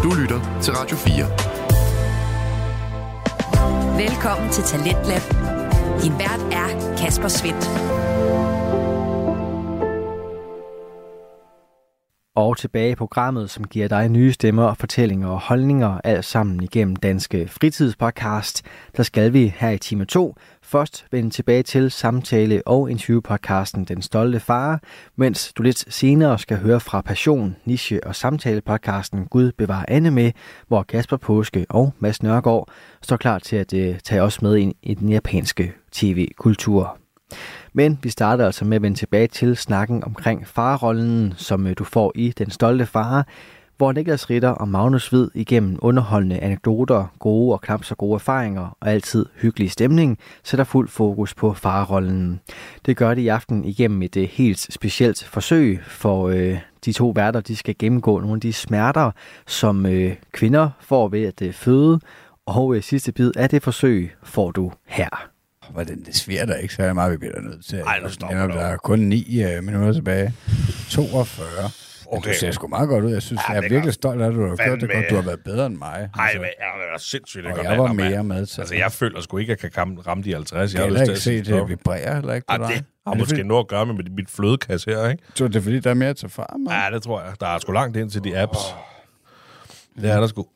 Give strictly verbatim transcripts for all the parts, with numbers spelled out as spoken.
Du lytter til Radio fire. Velkommen til Talentlab. Din vært er Kasper Svendt. Og tilbage i programmet, som giver dig nye stemmer, fortællinger og holdninger, alt sammen igennem Danske Fritidspodcast. Der skal vi her i time to først vende tilbage til samtale- og interviewpodcasten Den Stolte Far, mens du lidt senere skal høre fra Passion, Niche- og Samtalepodcasten Gud bevarer Anne med, hvor Kasper Påske og Mads Nørgaard står klar til at uh, tage os med ind i den japanske tv-kultur. Men vi starter altså med at vende tilbage til snakken omkring farrollen, som du får i Den Stolte Far, hvor Niklas Ritter og Magnus Hvid igennem underholdende anekdoter, gode og knap så gode erfaringer og altid hyggelig stemning sætter fuld fokus på farrollen. Det gør det i aften igennem et helt specielt forsøg, for øh, de to værter de skal gennemgå nogle af de smerter, som øh, kvinder får ved at øh, føde, og øh, sidste bid af det forsøg får du her. Hvordan det svært er ikke så meget, vi bliver nødt til. Nej, nu stopper der. Der er kun ni uh, minutter tilbage. toogfyrre. Okay. Du ser sgu meget godt ud. Jeg synes, ja, jeg er virkelig stolt af, at du har gjort det godt. Du har været bedre end mig. Nej, altså. men jeg er sindssygt. Og jeg var mere med til. Altså, jeg føler sgu ikke, at jeg kan ramme de halvtreds. Jeg har lyst ikke set det vibrere heller ikke på dig. Det har måske noget at gøre med mit flødekasse her, ikke? Så det er fordi, der er mere til far, man? Ja, det tror jeg. Der er sgu langt ind til de apps. Det er der sgu.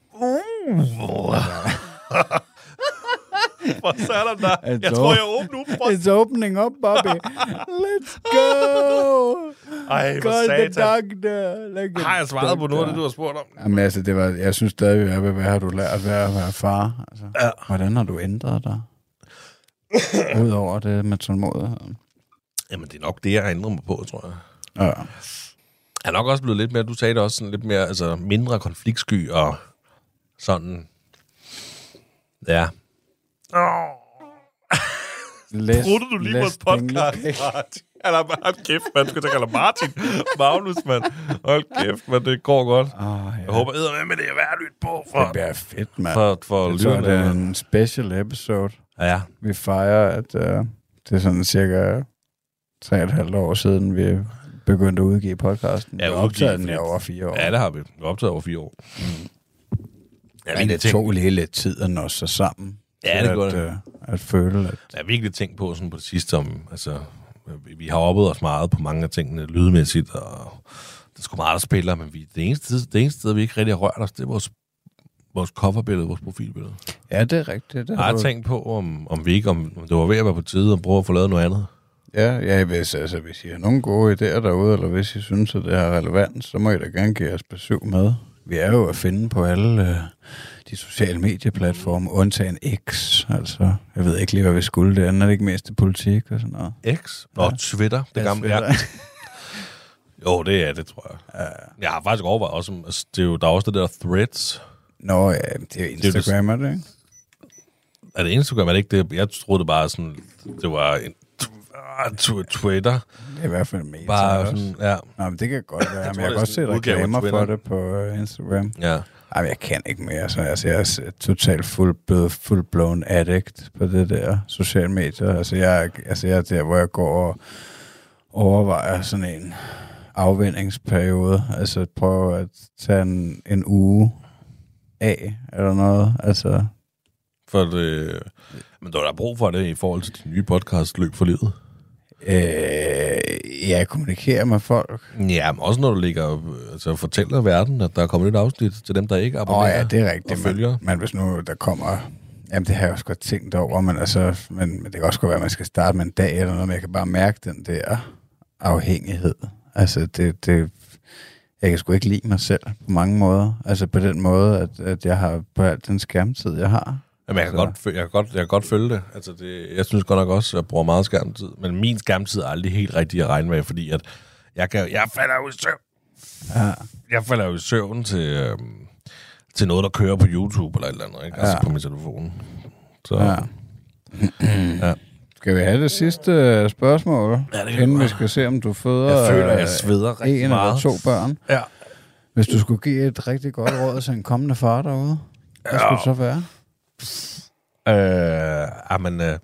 Hvor satan der? It's jeg tror, jeg åbner op. It's opening up, Bobby. Let's go. Ej, hvor satan. Like har jeg svaret på noget af det, du har spurgt om? Jamen altså, det var, jeg synes stadig, hvad, hvad har du lært ved at være far? Altså, ja. Hvordan har du ændret dig? Udover det med tålmodigheden. Jamen, det er nok det, jeg har ændret mig på, tror jeg. Ja. Jeg er nok også blevet lidt mere, du sagde det også, sådan lidt mere, altså mindre konfliktsky og sådan. Ja. Oh. Brudte du lige vores podcast, Martin? Eller hold kæft, man. Du skal kalde Martin. Magnus, mand. Hold kæft, man. Det går godt. Oh, ja. Jeg håber eddermame med det er værd at lytte på. For, det bliver fedt, mand. For, for jeg tror, det er en special episode. Ja. Vi fejrer, at uh, det er sådan cirka tre og et halvt år siden, vi begyndte at udgive podcasten. Ja, vi har optaget den i over fire år. Ja, det har vi. Vi har optaget over fire år. Mm. Ja, men det tog lige lidt tid at nå sig sammen. Ja, det går det. At, at føle, at... Jeg har virkelig tænkt på sådan på det sidste, om, altså, vi har oppet os meget på mange af tingene, lydmæssigt, og det er sgu meget, der spiller, men vi, det, eneste, det eneste sted, vi ikke rigtig har rørt os, det er vores, vores coverbillede, vores profilbillede. Ja, det er rigtigt. Det jeg har du... tænkt på, om, om vi ikke, om, om det var ved at være på tide at prøve at få lavet noget andet. Ja, ja hvis, altså, hvis I har nogle gode idéer derude, eller hvis I synes, at det er relevant, så må I da gerne give os besøg med. Vi er jo at finde på alle øh, de sociale medieplatforme, undtagen X. Altså, jeg ved ikke lige, hvad vi skulle. Det er det ikke mest i politik og sådan noget. X? Og ja. Twitter, det ja, gamle. Twitter. Ja. Jo, det er det, tror jeg. Ja. Jeg har faktisk overvejet også, altså, det er jo, der er også det der Threads. Nå, ja, det er jo Instagram, er det ikke? Er det Instagram, er det ikke det? Jeg troede det bare sådan, det var en Twitter. Det er i hvert fald meta bare også. Sådan, ja. Nå, men det kan godt være. jeg men jeg kan godt se reklamer for det på Instagram. Ja. Ej, men jeg kan ikke mere. Så altså, jeg er totalt full, full-blown addict på det der sociale medier. Altså, jeg, altså, jeg er der, hvor jeg går og overvejer sådan en afvindingsperiode. Altså, prøve at tage en, en uge af, eller noget. Altså... For det... Men du har da brug for det i forhold til de nye podcast Løb for livet. Øh, jeg kommunikerer med folk. Ja, men også når du ligger altså fortæller verden, at der er kommet et afsnit til dem, der ikke abonnerer. Åh oh, ja, det er rigtigt. Men, men hvis nu der kommer... Jamen, det har jeg også godt tænkt over, men, altså, men, men det kan også godt være, at man skal starte med en dag eller noget, men jeg kan bare mærke den der afhængighed. Altså, det... det jeg kan sgu ikke lide mig selv på mange måder. Altså på den måde, at, at jeg har på alt den skærmtid, jeg har. Jamen, jeg kan, godt, jeg, kan godt, jeg kan godt følge det. Altså, det. Jeg synes godt nok også, at jeg bruger meget skærmtid. Men min skærmtid er aldrig helt rigtig at regne med, fordi at jeg, kan, jeg falder jo i søvn. Ja. Jeg falder jo i søvn til, øhm, til noget, der kører på YouTube eller et eller andet. Ikke? Ja. Altså på min telefon. Så, ja. ja. Skal vi have det sidste spørgsmål? Ja, det inden vi skal se, om du føder jeg føler, jeg sveder rigtig en meget. eller to børn. Ja. Hvis du skulle give et rigtig godt råd til en kommende far derude, hvad ja. skulle det så være? Øh, amen, øh,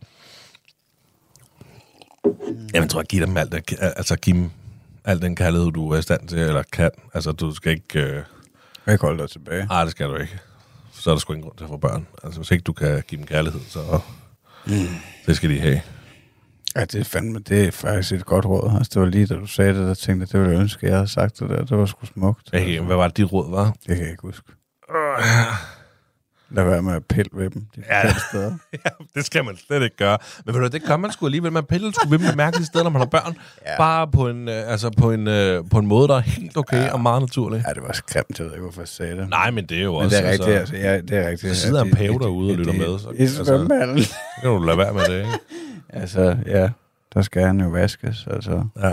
jeg tror, at give dem alt, altså give dem al den kærlighed, du er i stand til, eller kan. Altså, du skal ikke... Øh, Jeg kan ikke holde dig tilbage. Nej, det skal du ikke. Så er der sgu ingen grund til at få børn. Altså, hvis ikke du kan give dem kærlighed, så mm. det skal de have. Ja, det er fandme, det er faktisk et godt råd. Altså, det var lige, da du sagde det, der tænkte jeg, det ville jeg ønske, jeg havde sagt det der. Det var sgu smukt. Hey, hvad var det, dit råd var? Det kan jeg ikke huske. Uh. Lad være med at pille ved dem. De ja, steder. Ja, det skal man slet ikke gøre. Men ved du, det gør man sgu alligevel. Man piller sgu ved dem med mærkelige steder, når man har børn. Ja. Bare på en, øh, altså på, en, øh, på en måde, der er helt okay ja. og meget naturlig. Ja, det var skræmt. Jeg ved ikke, hvorfor jeg sagde det. Nej, men det er jo men også... det er rigtigt. Altså, ja, det er rigtigt. Så sidder en pave derude og lytter det, med. Så, det, altså, så kan du lade være med det, ikke? Altså, ja. Der skal han jo vaskes, altså. Ja.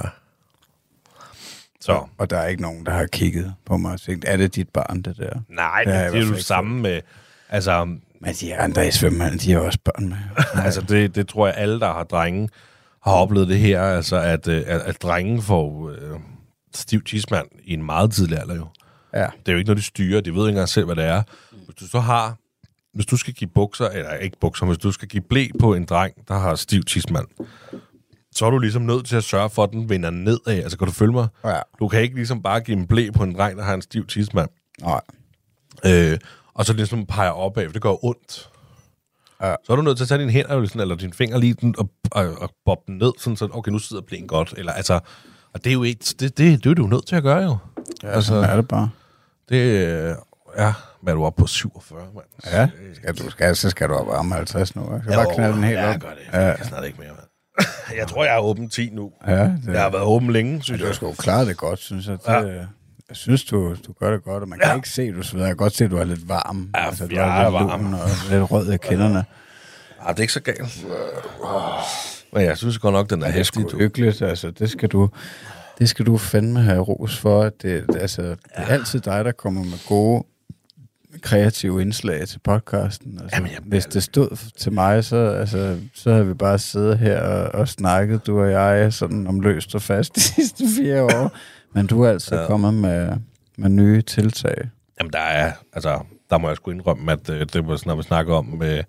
Så. Og der er ikke nogen, der har kigget på mig og tænkt, er det dit barn, det der? Nej, det, det er jo samme med... Altså, men de andre i svømmehallen, de har også børn med. altså, det, det tror jeg, alle, der har drenge, har oplevet det her, altså, at, at, at drenge får øh, stiv tidsmand i en meget tidlig alder, jo. Ja. Det er jo ikke noget, de styrer. De ved ikke engang selv, hvad det er. Hvis du så har... Hvis du skal give bukser, eller ikke bukser, hvis du skal give blæ på en dreng, der har stiv tidsmand, så er du ligesom nødt til at sørge for, at den vender nedad. Altså, kan du følge mig? Ja. Du kan ikke ligesom bare give en blæ på en dreng, der har en stiv tidsmand. Nej. Øh, og så ligesom peger opad, for det gør ondt. Ja. Så er du nødt til at tage dine hænder, eller, sådan, eller dine fingre lige den, og, og, og bobbe den ned, sådan så, okay, nu sidder blæen godt. Eller, altså, og det er jo ikke, det, det, det, det er du nødt til at gøre, jo. Ja, altså, sådan er det bare. Det øh, ja, hvad er du oppe på syvogfyrre, mand? Ja, skal du, skal, så skal du op varme halvtreds nu, ikke? Så bare knalde den helt ja, op. Ja, gør det. Jeg kan snart ikke mere, mand. Jeg tror, jeg er åben ti nu. Ja, det, jeg har været åben længe, synes jeg. Du skal klare det godt, synes jeg. Det, ja. Jeg synes, du, du gør det godt, og man kan ja. ikke se, du sveder. Jeg kan godt se, at du er lidt varm. Ja, altså, du jeg er, er varm. Og lidt rød i kinderne. Ja, det er ikke så galt. Men jeg synes godt nok, den er ja, hæftig. Det er sgu hyggeligt, altså. Det skal du... Det skal du fandme have ros for. Det, altså, det er ja. altid dig, der kommer med gode, kreative indslag til podcasten. Altså, Jamen, jeg, hvis det stod til mig, så, altså, så havde vi bare siddet her og, og snakket, du og jeg, sådan om løst og fast de sidste fire år. Men du er altså ja. kommet med, med nye tiltag. Jamen, der er, altså, der må jeg sgu indrømme, at det, det var sådan, når vi snakker om, med,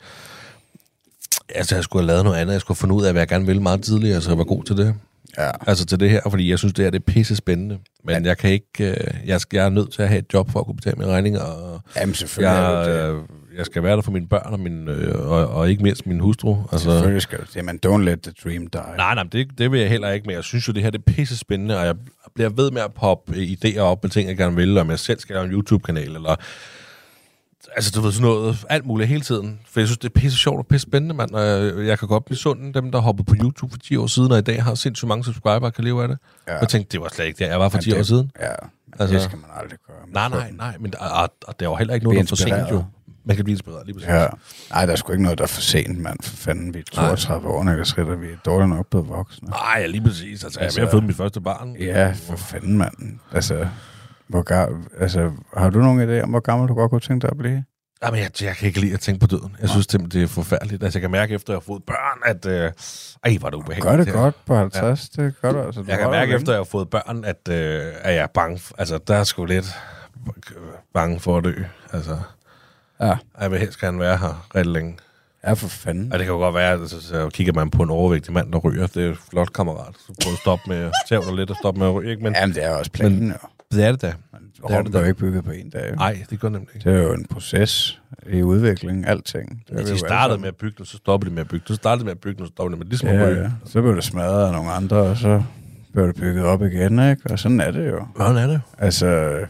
altså, jeg skulle have lavet noget andet. Jeg skulle have fundet ud af, hvad jeg gerne ville meget tidligere, så jeg var god til det. Ja. Altså til det her, fordi jeg synes, det her det er pisse spændende. Men ja. jeg kan ikke, øh, jeg, skal, jeg er nødt til at have et job for at kunne betale mine regninger. Og Jamen selvfølgelig jeg, er det. Øh, jeg skal være der for mine børn og, min, øh, og, og ikke mindst min hustru. Altså, selvfølgelig skal du det, men don't let the dream die. Nej, nej, det, det vil jeg heller ikke, men jeg synes jo, det her det er pisse spændende, og jeg bliver ved med at poppe idéer op med ting, jeg gerne vil, om jeg selv skal have en YouTube-kanal, eller altså, du ved, sådan noget, alt muligt hele tiden. For jeg synes, det er pisse sjovt og pisse spændende, mand. Og jeg, jeg kan godt blive sundt dem, der hoppede på YouTube for ti år siden, og i dag har sindssygt mange subscriber, kan leve af det. Ja. Jeg tænkte, det var slet ikke det, jeg var for ti det, år siden. Ja, altså, det skal man aldrig gøre. Nej, nej, nej, men og, og det er jo heller ikke noget, der er for sent, jo. Man kan blive inspireret lige præcis. Ja. Nej, der er sgu ikke noget, der er for sent, mand. For fanden, vi er toogtredive år, når jeg vi er dårligt nok blevet voksne. Nej, lige præcis. Altså, altså, jeg har fået mit første barn. Ja, for fanden, mand. Altså, hvor ga- altså, har du nogen idé om, hvor gammel du godt kunne tænke dig at blive? Jamen, jeg, jeg kan ikke lide at tænke på døden. Jeg synes simpelthen, det er forfærdeligt. Altså, jeg kan mærke, efter jeg har fået børn, at... Øh, ej, var det ubehageligt. Gør det godt på halvtreds, ja. Det gør du altså. Du jeg kan mærke, efter jeg har fået børn, at, øh, at jeg er bange. For, altså, der er sgu lidt bange for at dø. Altså, ja. Jeg vil helst gerne være her ret længe. Ja, for fanden. Og det kan jo godt være, at altså, så kigger man på en overvægtig mand, der ryger. Det er et flot kammerat. Så prøv at stoppe med at tæve dig lidt og stoppe med at ryge. Ikke? Men, jamen, det er også planen, jo. Det er det da. Rummet er jo ikke bygget på en dag. Nej, det gør nemlig ikke. Det er jo en proces i udvikling, alting. Det de startede med at bygge den, så stoppede de med at bygge den. Så startede de med at bygge den, så stoppede de med ligesom ja, at bygge. Ja. Så blev det smadret af nogle andre, og så blev det bygget op igen, ikke? Og sådan er det jo. Sådan er det. Altså,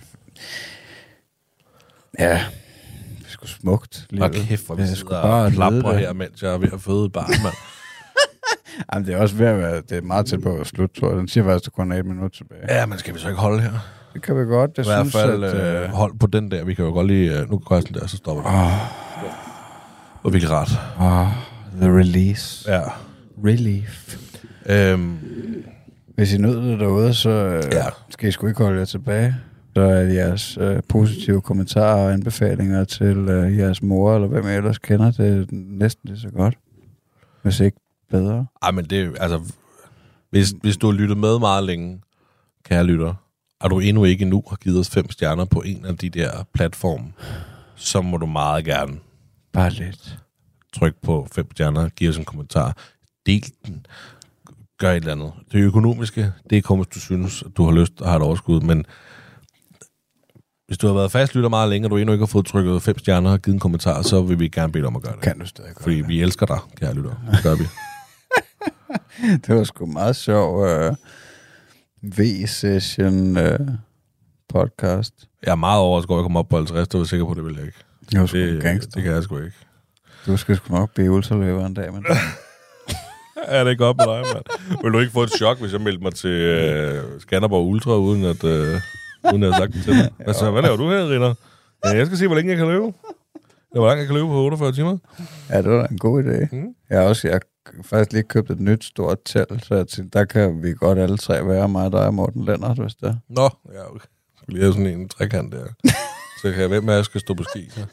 ja, det er sgu smukt. Og kæft, hvor vi sidder og plapper her, mens jeg er ved at føde et barn, mand. Jamen, det er også ved at være, det er meget tæt på at slutte, tror jeg. Den siger faktisk, at der kun er et minut tilbage. Ja, men skal vi så ikke holde her? Det kan vi godt, det I synes hvert fald at, øh, hold på den der. Vi kan jo godt lige... Øh, nu går jeg sådan der, så stopper vi. Oh. Og virkelig rart. Oh, the release. Ja. Relief. Øhm, Hvis I nød det derude, så øh, ja. skal I sgu ikke holde jer tilbage. Så er jeres øh, positive kommentarer og anbefalinger til øh, jeres mor, eller hvem I ellers kender, det er næsten lige så godt. Hvis ikke bedre. Ej, men det altså... Hvis, hvis du har lyttet med meget længe, kære lytter, og du endnu ikke endnu har givet os fem stjerner på en af de der platforme, så må du meget gerne bare lidt tryk på fem stjerner, giv os en kommentar, del den, gør et eller andet. Det økonomiske, det er kun, hvis du synes, at du har lyst og har et overskud, men hvis du har været fastlytter meget længe, og du endnu ikke har fået trykket fem stjerner og givet en kommentar, så vil vi gerne bede dig om at gøre det. Kan du stadig Fordi det. vi elsker dig, kære lytter. Det gør vi. Det var sgu meget sjov uh, V-session uh, podcast. Jeg er meget overrasket over, at jeg kommer op på halvtreds, det var sikker på, det vil jeg ikke. Det var sgu det, gangster. Det kan jeg sgu ikke. Du skal sgu nok blive ultraløber en dag, men... Ja, det er godt med dig, mand. Vil du ikke få et chok, hvis jeg meldte mig til øh, Skanderborg Ultra, uden at, øh, uden at jeg har sagt det til dig? Hvad, så, hvad laver du her, Ritter? Ja, jeg skal se, hvor længe jeg kan løbe. Hvor langt jeg kan løbe på otteogfyrre timer. Ja, det var en god idé. Mm. Jeg har også jeg har faktisk lige købt et nyt stort telt, så jeg tænkte, der kan vi godt alle tre være, mig, dig og Morten Lennart, hvis det er. Nå, ja, okay. Så skal lige have sådan en trekant der. Så kan jeg hvem af jer skal stå på ski. Så.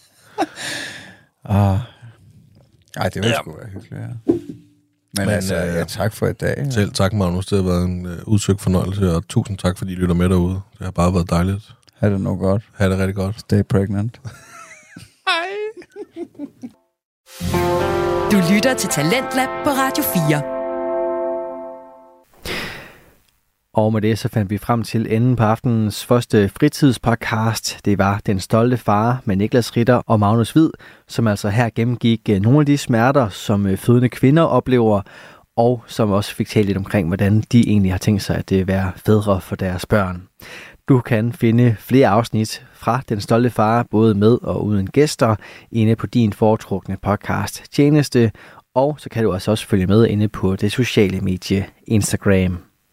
Ah. Ej, det ville ja. sgu være hyggeligt, ja. Men, Men altså, øh, ja, tak for i dag. Ja. Selv tak, Magnus. Det har været en uh, udsøgt fornøjelse, og tusind tak, fordi I lytter med derude. Det har bare været dejligt. Ha' det nu godt. Ha' det rigtig godt. Stay pregnant. Hej. Du lytter til Talentlab på Radio fire. Og med det så fandt vi frem til enden på aftenens første fritidspodcast. Det var Den Stolte Far med Niklas Ritter og Magnus Hvid, som altså her gennemgik nogle af de smerter, som fødende kvinder oplever, og som også fik talt lidt omkring, hvordan de egentlig har tænkt sig at være fædre for deres børn. Du kan finde flere afsnit fra Den Stolte Far, både med og uden gæster, inde på din foretrukne podcast tjeneste, og så kan du altså også følge med inde på det sociale medie Instagram.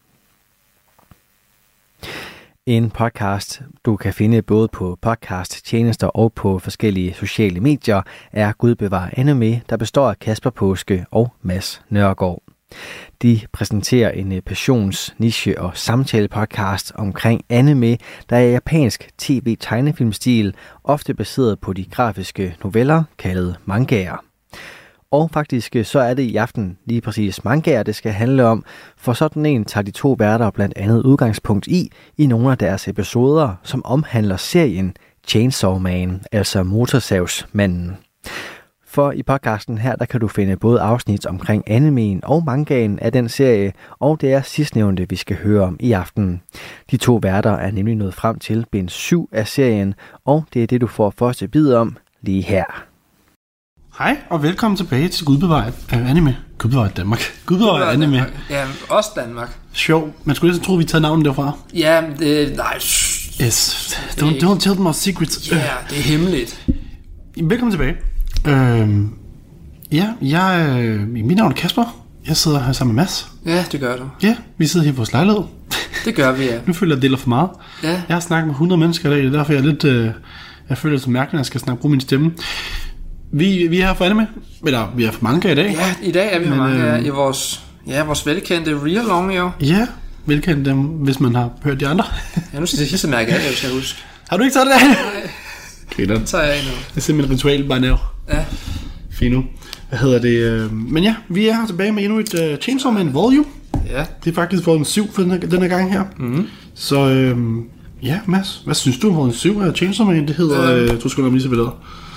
En podcast, du kan finde både på podcast-tjenester og på forskellige sociale medier, er Gud bevar anime, der består af Kasper Påske og Mads Nørgaard. De præsenterer en passions-, niche- og samtale-podcast omkring anime, der er japansk tv-tegnefilmstil, ofte baseret på de grafiske noveller, kaldet mangaer. Og faktisk så er det i aften lige præcis mangaer, det skal handle om, for sådan en tager de to værter blandt andet udgangspunkt i, i nogle af deres episoder, som omhandler serien Chainsaw Man, altså Motorsavsmanden. For i podcasten her, der kan du finde både afsnit omkring animeen og mangaen af den serie, og det er sidstnævnte, vi skal høre om i aften. De to værter er nemlig nået frem til bind syv af serien, og det er det, du får første bid om lige her. Hej, og velkommen tilbage til Gud bevarer øh, anime. Gud bevarer Danmark. Gud bevarer anime. Danmark. Ja, også Danmark. Sjov. Man skulle næsten tro, vi tager navnet derfra. Ja, det... Nej. Yes. Don't, don't tell them our secrets. Ja, det er hemmeligt. Velkommen tilbage. Øhm, ja, jeg... Øh, mit navn er Kasper. Jeg sidder her sammen med Mads. Ja, det gør du. Ja, vi sidder her på vores lejlighed. Det gør vi, ja. Nu føler jeg, at det deler for meget. Ja. Jeg har snakket med hundrede mennesker i dag, det er derfor, jeg er lidt... Øh, jeg føler det så mærkeligt, at jeg skal snakke bruge min stemme. Vi, vi er her for anime, eller vi er for manga i dag. Ja, i dag er vi for mange øh, i vores, ja, vores velkendte Real-Long, jo. Ja, velkendt dem, hvis man har hørt de andre. Ja, nu skal jeg sidste mærke af det, hvis jeg husker. Har du ikke taget det af? Nej. Okay, det tager jeg nu. Det er simpelthen et ritual bare nu. Ja. Fint nu. Hvad hedder det? Men ja, vi er her tilbage med endnu et uh, Chainsaw Man volume. Ja. Det er faktisk volume syv for denne, denne gang her. Mm-hmm. Så øhm, ja, Mads, hvad synes du om volume syv af Chainsaw Man? Det hedder, øh, øh, du skulle nok lige se billeder.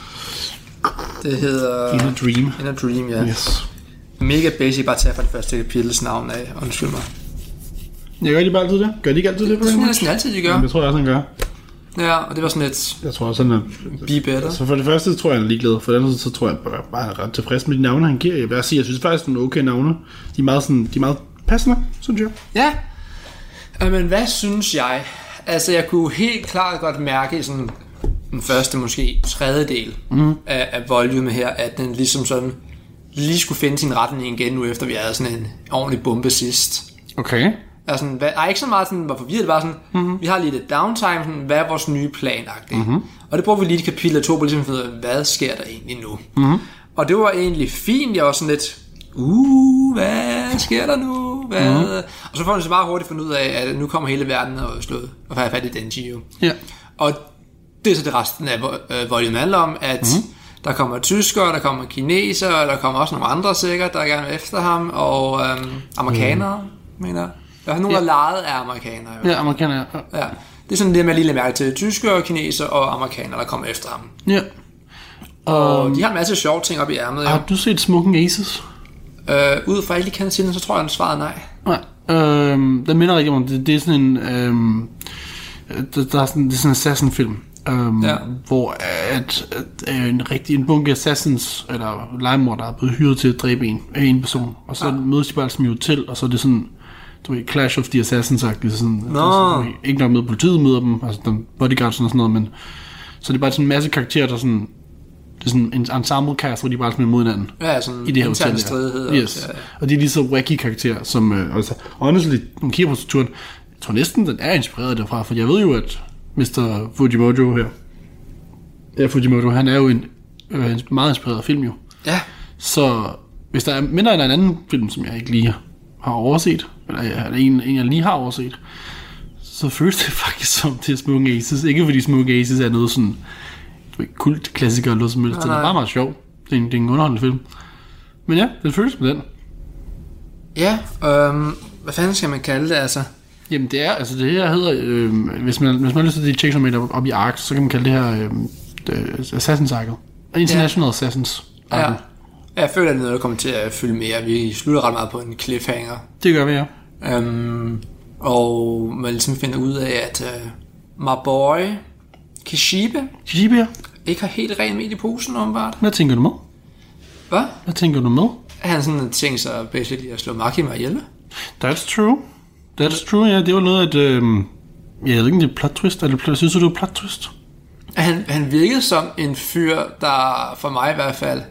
Det hedder... In a Dream. In a Dream, ja. Yes. Mega basic, bare tage fra det første kapitels navn af. Undskyld mig. Jeg gør de bare altid det? Gør de ikke altid det? Det, det tror jeg næsten altid, de gør. Jamen, det tror jeg også, han gør. Ja, og det var sådan et... Jeg tror også, han er... Be better. Så for det første, tror jeg, han er ligeglad. For det andet, så tror jeg bare, bare er ret tilfreds med de navne, han giver. Jeg vil sige, jeg synes faktisk, det er nogle okay navne. De er meget, sådan, de er meget passende, synes jeg. Ja. Men hvad synes jeg? Altså, jeg kunne helt klart godt mærke i sådan den første, måske tredjedel mm. af, af volume her, at den ligesom sådan lige skulle finde sin retning igen nu, efter vi havde sådan en ordentlig bombe sidst. Okay. Altså, hvad, ej, ikke så meget sådan, hvorfor vi det bare sådan, mm-hmm. vi har lige lidt downtime, sådan, hvad er vores nye plan? Mm-hmm. Og det bruger vi lige i kapitel to på ligesom at finde ud af, hvad sker der egentlig nu? Mm-hmm. Og det var egentlig fint, jeg var sådan lidt, uh, hvad sker der nu? Hvad? Mm-hmm. Og så får man så bare hurtigt fundet ud af, at nu kommer hele verden og slået, og får fat i Denji jo. Ja. Og det er så det resten af øh, volumen handler om, at mm-hmm. der kommer tyskere, der kommer kinesere, der kommer også nogle andre sikkert, der er gerne efter ham, og øhm, amerikanere, mm. mener jeg. Der er nogen, ja. der lejet af amerikanere. Ja, amerikanere, ja. ja. Det er sådan det, man lige lægger mærke til. Tyskere, kinesere og amerikanere, der kommer efter ham. Ja. Og um, de har en masse sjove ting op i ærmet. Har du set Smoking Aces? Øh, ud fra jeg lige kender til den, så tror jeg, den svarede nej. Nej. Øhm, den minder rigtig om det. Det er sådan en... Øhm, der, der er sådan, det er sådan en assassin-film, um, Ja. hvor at, at, at en rigtig en bunke assassins, eller legemordere, er blevet hyret til at dræbe en, af en person, og så ja. mødes de bare som i hotel, og så er det sådan, du ved, Clash of the Assassins-agtigt, sådan, Nå. altså, ikke nok med politiet møder dem, altså den bodyguards og sådan noget, men så det er bare sådan en masse karakterer, der sådan, det er sådan en ensemble cast, hvor de bare spiller mod hinanden. Ja, sådan I det her interne hotel, stridigheder. ja. Yes. Også, ja. Og de er lige så wacky karakterer, som, øh, altså, honestly, den kigger på strukturen, jeg tror næsten, den er inspireret derfra, for jeg ved jo, at mister Fujimoto her, ja, Fujimoto, han er jo en øh, meget inspireret film jo. Ja. Så hvis der er mindre end en anden film, som jeg ikke lige har overset, eller er en, en jeg lige har overset, så føles det faktisk som til Smoking Aces. Ikke fordi Smoking Aces er noget sådan kult klassiker eller noget som helst. Den er bare meget sjov. Det er en, det er en underholdende film. Men ja, den føles med den. Ja, øhm, hvad fanden skal man kalde det, altså? Jamen det er, altså det her hedder, øh, hvis man hvis man har lyst til de Chainsaw op, op i Ark, så kan man kalde det her øh, Assassin's Ark. International ja. Assassin's Ark. Ja. Jeg føler, at det er noget, der kommer til at fylde mere. Vi slutter ret meget på en cliffhanger. Det gør vi, ja. Øhm, og man ligesom finder ud af, at uh, my boy Kishibe Kishibe, ja. ikke har helt rent med i posen, åbenbart. Hvad tænker du med? Hvad? Hvad tænker du med? Han sådan tænkt sig basically at slå Makima ihjel. That's true. That's true, ja. Det var noget, at... Øh, jeg ved ikke, det er plot twist. Eller, synes du, det var plot twist? Han, han virkede som en fyr, der for mig i hvert fald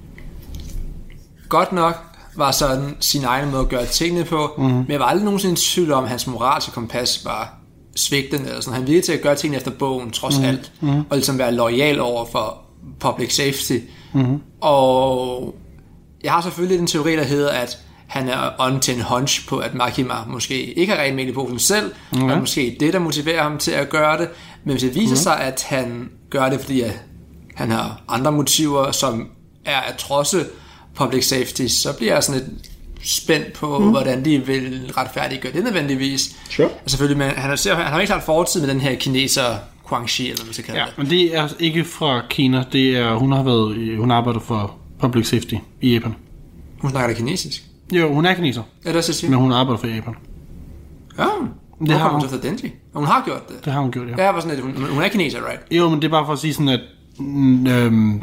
godt nok var sådan sin egen måde at gøre tingene på, mm-hmm. men jeg var aldrig nogensinde i tvivl om, at hans moralske kompas var svigtende eller sådan. Han virkede til at gøre tingene efter bogen, trods mm-hmm. alt, mm-hmm. og ligesom være loyal over for public safety. Mm-hmm. Og jeg har selvfølgelig den teori, der hedder, at han er on til en hunch på, at Makima måske ikke har rent med i posen selv, mm-hmm. og måske det, der motiverer ham til at gøre det. Men hvis det viser mm-hmm. sig, at han gør det, fordi han har andre motiver, som er at trodse public safety, så bliver jeg sådan lidt spændt på, mm. hvordan de vil retfærdiggøre det nødvendigvis. Sure. Og selvfølgelig, men han, har, han har ikke klart fortid med den her kineser Guangxi, eller hvad man skal kalde ja, det. Men det er ikke fra Kina. Det er, hun har været, hun arbejder for public safety i Japan. Hun snakker det kinesisk? Jo, hun er kineser. Ja, det er så men hun arbejder for Japan. Ja, det har hun så for Denji. Og hun har gjort det. Det har hun gjort, ja. Ja, var sådan, at hun, hun er kineser, right? Jo, men det er bare for at sige sådan, at øhm,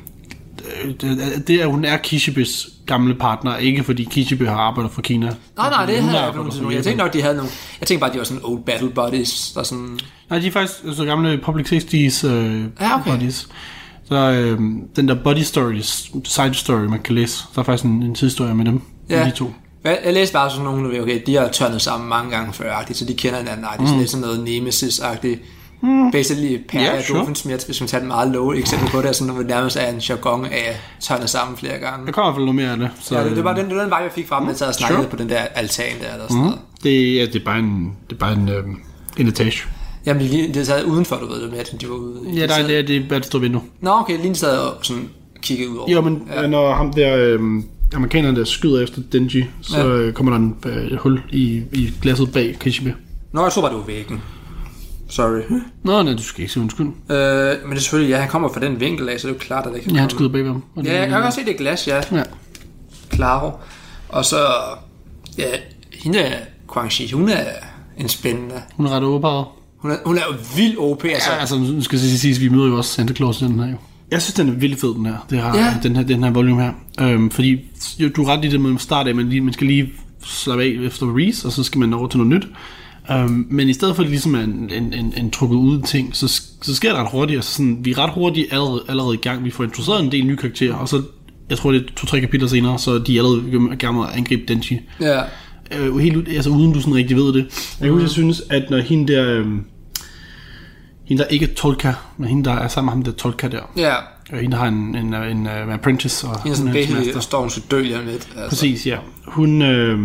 det, det er, hun er Kishibes gamle partner, ikke fordi Kishibe har arbejdet for Kina. Nej, nej, det havde jeg ikke. Jeg tænkte nok, de havde nogle... Jeg tænkte bare, de var sådan old battle buddies, der sådan... Nej, de er faktisk så gamle public safeties øh, ja, okay. buddies. Så øh, den der body story, side story, man kan læse, der er faktisk en, en tidshistorie med dem, ja. Med de to. Jeg læste bare sådan nogle, okay, de har tørnet sammen mange gange før-agtigt, så de kender hinanden. Nej, det er sådan mm. lidt sådan noget Nemesis-agtigt. Mm. Basically, Per yeah, og sure. Doofenshmirtz, hvis man tager den meget low eksempel på det, er sådan noget nærmest af en jargon af tørnet sammen flere gange. Der kommer i hvert fald noget mere af det. Så, ja, det, det var den, det var den vej, jeg fik frem, at jeg snakkede sure. på den der altan der, eller sådan mm. noget. Det, ja, det er bare en, det er bare en, øh, en etage. Jamen, det er taget udenfor, du ved det med, at de var ude. Ja, der, det er det er et stort vindue. Nå, okay, lige sad og sådan kiggede ud over. Jo, men ja. Når ham der, øh, amerikanerne der skyder efter Denji, så ja. kommer der en, øh, et hul i, i glasset bag Kishibe. Nå, jeg tror bare, det var væggen. Sorry. Nå, nej, du skal ikke sige undskyld. Øh, men det er selvfølgelig, ja, han kommer fra den vinkel af, så det er jo klart, at det kan komme. Ja, han skyder bagved ham. Ja, jeg kan godt se det glas, ja. Ja. Klaro. Og så, ja, hende er Guangxi, hun er en spændende. Hun er ret overpowered. Hun er, hun er jo vild O P, altså. Ja, altså, nu skal jeg sige, at vi møder jo også Santa Claus i den her jo. Jeg synes, den er vildt fed, den her. Det har, ja. den, her den her volume her. Øhm, fordi, jo, du er ret i det, man starter af, man, man skal lige slappe af efter Reese, og så skal man over til noget nyt. Um, men i stedet for at det ligesom er en, en, en, en trukket ud ting, så, så sker det ret hurtigt. Altså sådan, vi er ret hurtigt allerede, allerede i gang. Vi får introduceret en del nye karakterer, og så, jeg tror det er to-tre kapitler senere, så de er allerede gerne med at angribe Denji. Ja. Uh, helt, altså uden du sådan rigtig ved det. Jeg, mm. jeg synes, at når hende der, um, hende der ikke er Tolka, men hende der er sammen med ham der Tolka der. Ja. Og hende har en, en, en, en, en apprentice. Og hende er sådan basically, står hun så dø lige lidt. Altså. Præcis, ja. Hun... Øh,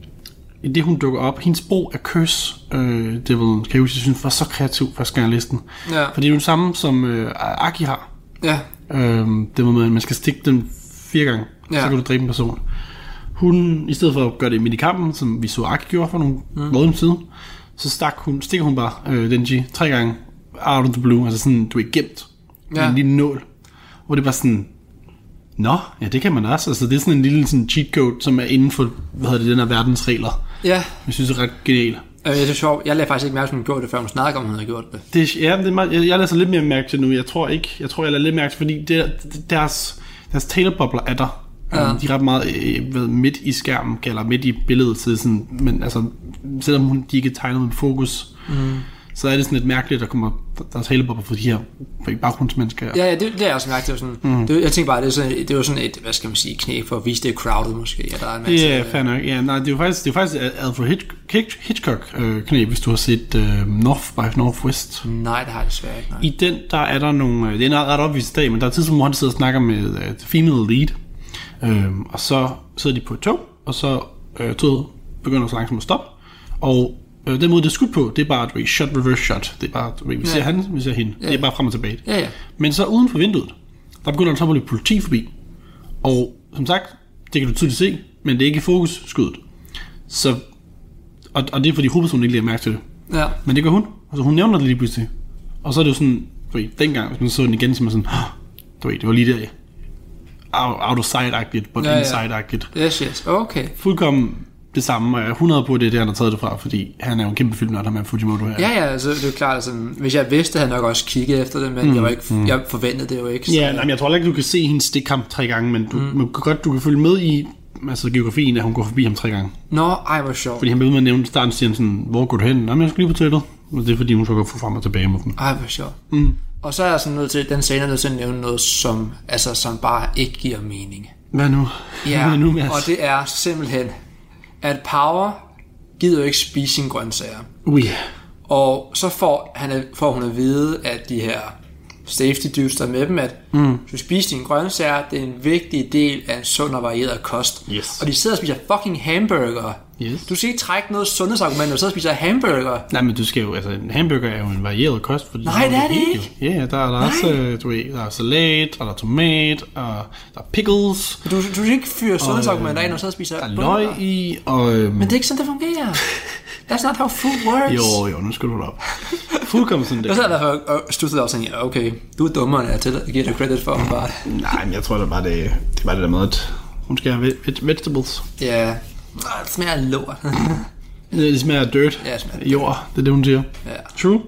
i det hun dukker op, hendes bog er Curse øh, Devil, kan jeg huske, jeg synes var så kreativ første gang jeg læste den. Ja. For det er jo det samme som øh, Aki har. Ja. Øh, det var med, at man skal stikke den fire gange, ja. Så kan du dræbe en person. Hun, i stedet for at gøre det midt i kampen, som vi så Aki gjorde for nogle mm. måneder siden, så stak hun, stikker hun bare øh, Denji tre gange out of the blue, altså sådan, du er gemt med ja. En lille nål, hvor det bare sådan, nå, ja, det kan man også. Altså, det er sådan en lille sådan cheat code, som er inden for, hvad hedder det, den her verdens regler. Ja. Jeg synes, det er ret genialt. Øh, det er sjovt. Jeg lagde faktisk ikke mærke til, at hun gjorde det, før hun snakkede om, hun havde gjort det. det ja, det er meget, jeg, jeg lader så lidt mere mærke til nu. Jeg tror ikke, jeg tror, jeg lader lidt mærke til, fordi det, deres, deres talebobler er der. Ja. De er ret meget øh, ved, midt i skærmen, eller midt i billedet, så sådan, men altså, selvom hun, de ikke er tegnet med fokus, mm. så er det sådan lidt mærkeligt, at der kommer der er talebobler for de her baggrundsmennesker. Ja, ja, det, det er også mærkeligt. Sådan, mm. det, jeg tænker bare, det er, sådan, det er jo sådan et, hvad skal man sige, knæ for at vise det er crowded måske. Ja, der er en masse, ja, fair nok. Ja, nej, det er jo faktisk, det er faktisk Alfred Hitchcock øh, knæ, hvis du har set øh, North by Northwest. Nej, det har jeg desværre ikke. Nej. I den, der er der nogle, det er ret opvist i dag, men der er tidspunkt, hvor han sidder og snakker med uh, the female lead, øhm, og så sidder de på et tog, og så øh, toget begynder så langsomt at stoppe, og øh, den måde, det er skudt på, det er bare et shot, reverse shot. Det er bare, vi ser ja. han, vi ser hende. Ja. Det er bare frem og tilbage. Ja, ja. Men så uden for vinduet, der begynder der så at blive politi forbi. Og som sagt, det kan du tydeligt se, men det er ikke fokus skuddet. Så, og, og det er fordi hovedpersonen ikke lige har mærke til det. Ja. Men det gør hun. Altså hun nævner det lige pludselig. Og så er det jo sådan, du ved, dengang, hvis man så den igen, så er man sådan, du ved, det var lige der, out, out of sight-agtigt, but ja, ja. inside-agtigt. Yes, yes, okay. Fuldkommen det samme, og jeg er hundrede på det, det han har taget det fra, fordi han er jo en kæmpe filmnørd, der med Fujimoto her. Ja, ja, altså, det er jo klart, altså, hvis jeg vidste, havde jeg nok også kigget efter det, men mm, jeg, var ikke, mm. jeg forventede det jo ikke. Ja, nej, men jeg tror ikke, du kan se hendes stikkamp tre gange, men du, mm. man kan godt, du kan følge med i altså, geografien, at hun går forbi ham tre gange. Nå, ej, hvor sjovt. Fordi han bliver med at nævne, starten siger han sådan, hvor går du hen? Nå, men jeg skal lige på toilettet. Og det er fordi, hun så går frem og tilbage med dem. Ej, hvor sjovt. Mm. Og så er jeg sådan nødt til, den scene er nødt til at nævne noget, som, altså, som bare ikke giver mening. Hvad nu? Ja, Hvad nu, og det er simpelthen, at Power gider jo ikke spise sine grøntsager. Ui. Og så får, han, får hun at vide, at de her safety dudes, der er med dem, at mm. du spiser dine grøntsager, det er en vigtig del af en sund og varieret kost. Yes. Og de sidder og spiser fucking hamburger. Yes. Du skal ikke trække noget sundhedsargument, når du sidder og spiser hamburger. Nej, men du skal jo, altså en hamburger er jo en varieret kost. Fordi Nej, det er det ikke. Jo. Ja, der er der også, du ved, der er salat, og der er tomat, og der er pickles. Du, du skal ikke fyre sundhedsargumenter af, når du sidder og spiser der er løg i, og... Øhm, men det er ikke sådan, det fungerer. That's not how food works. Jo, jo, nu skal du da op. Fuldkommen sådan det. Jeg sad der og stussede op sådan, ja, okay, du er dummere, end jeg til at give dig credit for bare det. Nej, men jeg tror, det var det, det var det der med, at hun skal have vegetables. Ja, yeah. Det smager af lort. Det smager af dirt. Ja, det smager af jord, det er det, hun siger. Ja. True.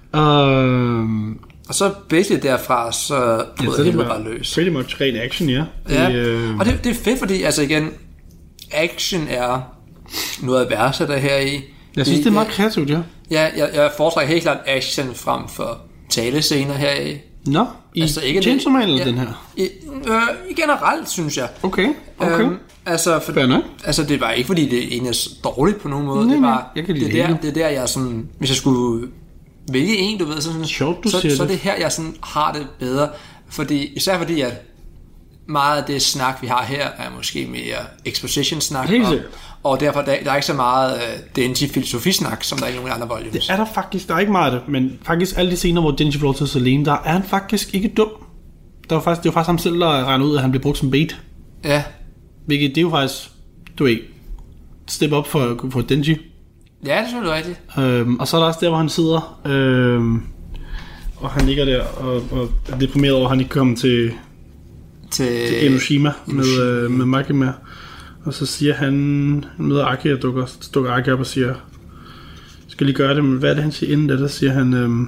Um, og så basically derfra, så bryder ja, det bare, bare løs. Pretty much ren action, ja. Ja, det, øh... og det, det er fedt, fordi altså igen, action er noget af værste der her i. Jeg synes, det, det er meget kreativt, ja. Ja, jeg, jeg foretrækker helt klart action frem for talescener her i. Nå, i altså, Chainsaw Man eller ja, den her? I, øh, i generelt, synes jeg. Okay, okay. Øhm, altså, for, altså, det var ikke, fordi det egentlig er dårligt på nogen måde. Nej, det var, jeg kan lide det, der, det er der, jeg sådan, hvis jeg skulle vælge en, du ved, så, sådan, Sjovt, du så, siger så det. det her, jeg sådan har det bedre. Fordi, især fordi, at meget af det snak, vi har her, er måske mere exposition-snak. Og, og derfor der, der er ikke så meget uh, Denji filosofisnak, som der er i nogle andre volumes. Det er der faktisk, der er ikke meget af det, men faktisk alle de scener, hvor Denji får lov til at sidde alene, der er han faktisk ikke dum. Der var faktisk, det var faktisk ham selv, der regnede ud, at han blev brugt som bait. Ja. Hvilket, det er jo faktisk, du ved, step up for, for Denji. Ja, det synes jeg rigtigt. Øhm, og så er der også der, hvor han sidder, øhm, og han ligger der og, og er deprimeret over, at han ikke kommer til, til, til Enoshima, Enoshima. med, øh, med Makima. Og så siger han, han møder Aki og dukker, dukker Aki op og siger, skal lige gøre det, men hvad er det, han siger inden det? Der siger han, øhm,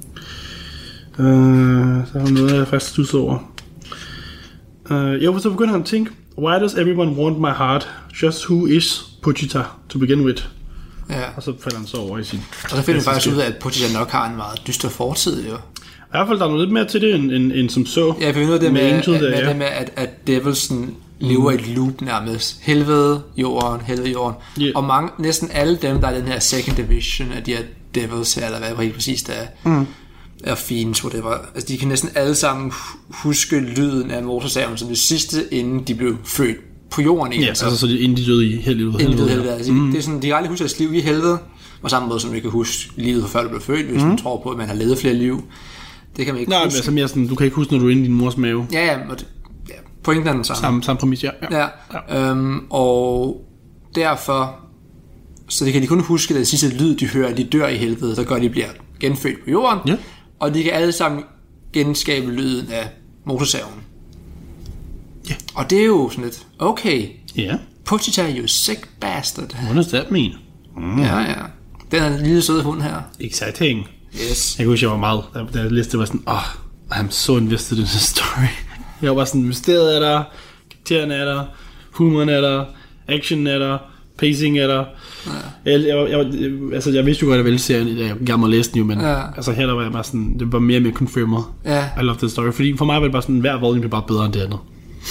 øh, så har han noget, jeg faktisk stusset over. Øh, jo, så begynder han at tænke, why does everyone want my heart? Just who is Pochita to begin with? Ja. Og så falder han så over i sin... Og så finder han faktisk ud af, at Pochita nok har en meget dyster fortid, jo. I hvert fald, der er noget lidt mere til det, end, end, end som så. Ja, for vi ved det med, med, med, med, ja. det med at, at Devilsen lever mm. i et loop nærmest. Helvede, jorden, helvede, jorden. Yeah. Og mange, næsten alle dem, der er den her second division af de her Devils her, eller hvad det helt præcis der er, mm. er Fiends, whatever. Altså, de kan næsten alle sammen huske lyden af motorsaven som det sidste, inden de blev født på jorden. Ja, altså, altså så de, inden de døde i helvede. Inden de døde i helvede. Altså, mm. Det er sådan, de kan aldrig huske deres liv i helvede, på samme måde som vi kan huske livet før du blev født, hvis mm. man tror på, at man har levet flere liv. Det kan man ikke Nej, huske. Altså mere sådan, du kan ikke huske, når du er inde i din mors mave. Ja, ja, og det, ja pointen er den samme. Samme, samme præmis, ja. ja. ja. ja. Øhm, og derfor, så det kan de kun huske, at det sidste lyd, de hører, de dør i helvede, så gør de bliver genfødt på jorden. Ja. Og de kan alle sammen genskabe lyden af motorsaven. Ja. Og det er jo sådan lidt, okay. Ja. Pochita er jo sick bastard. What does that mean? Mm. Ja, ja. Den er en lille søde hund her. Exciting. Yes. Jeg kunne huske, jeg var meget, da jeg læste det, var sådan, åh, oh, I'm so invested in this story. Jeg var bare sådan, mysteriet er der, karaktererne er der, humoren er der, action er der, pacing er der. Ja. Jeg, jeg, jeg, jeg, altså, jeg vidste jo godt, at jeg ville serien, jeg gerne må læse den jo, men ja. altså, her der var jeg bare sådan, det var mere og mere confirmed. Ja. I love the story, fordi for mig var det bare sådan, hver volume blev bare bedre end det andet.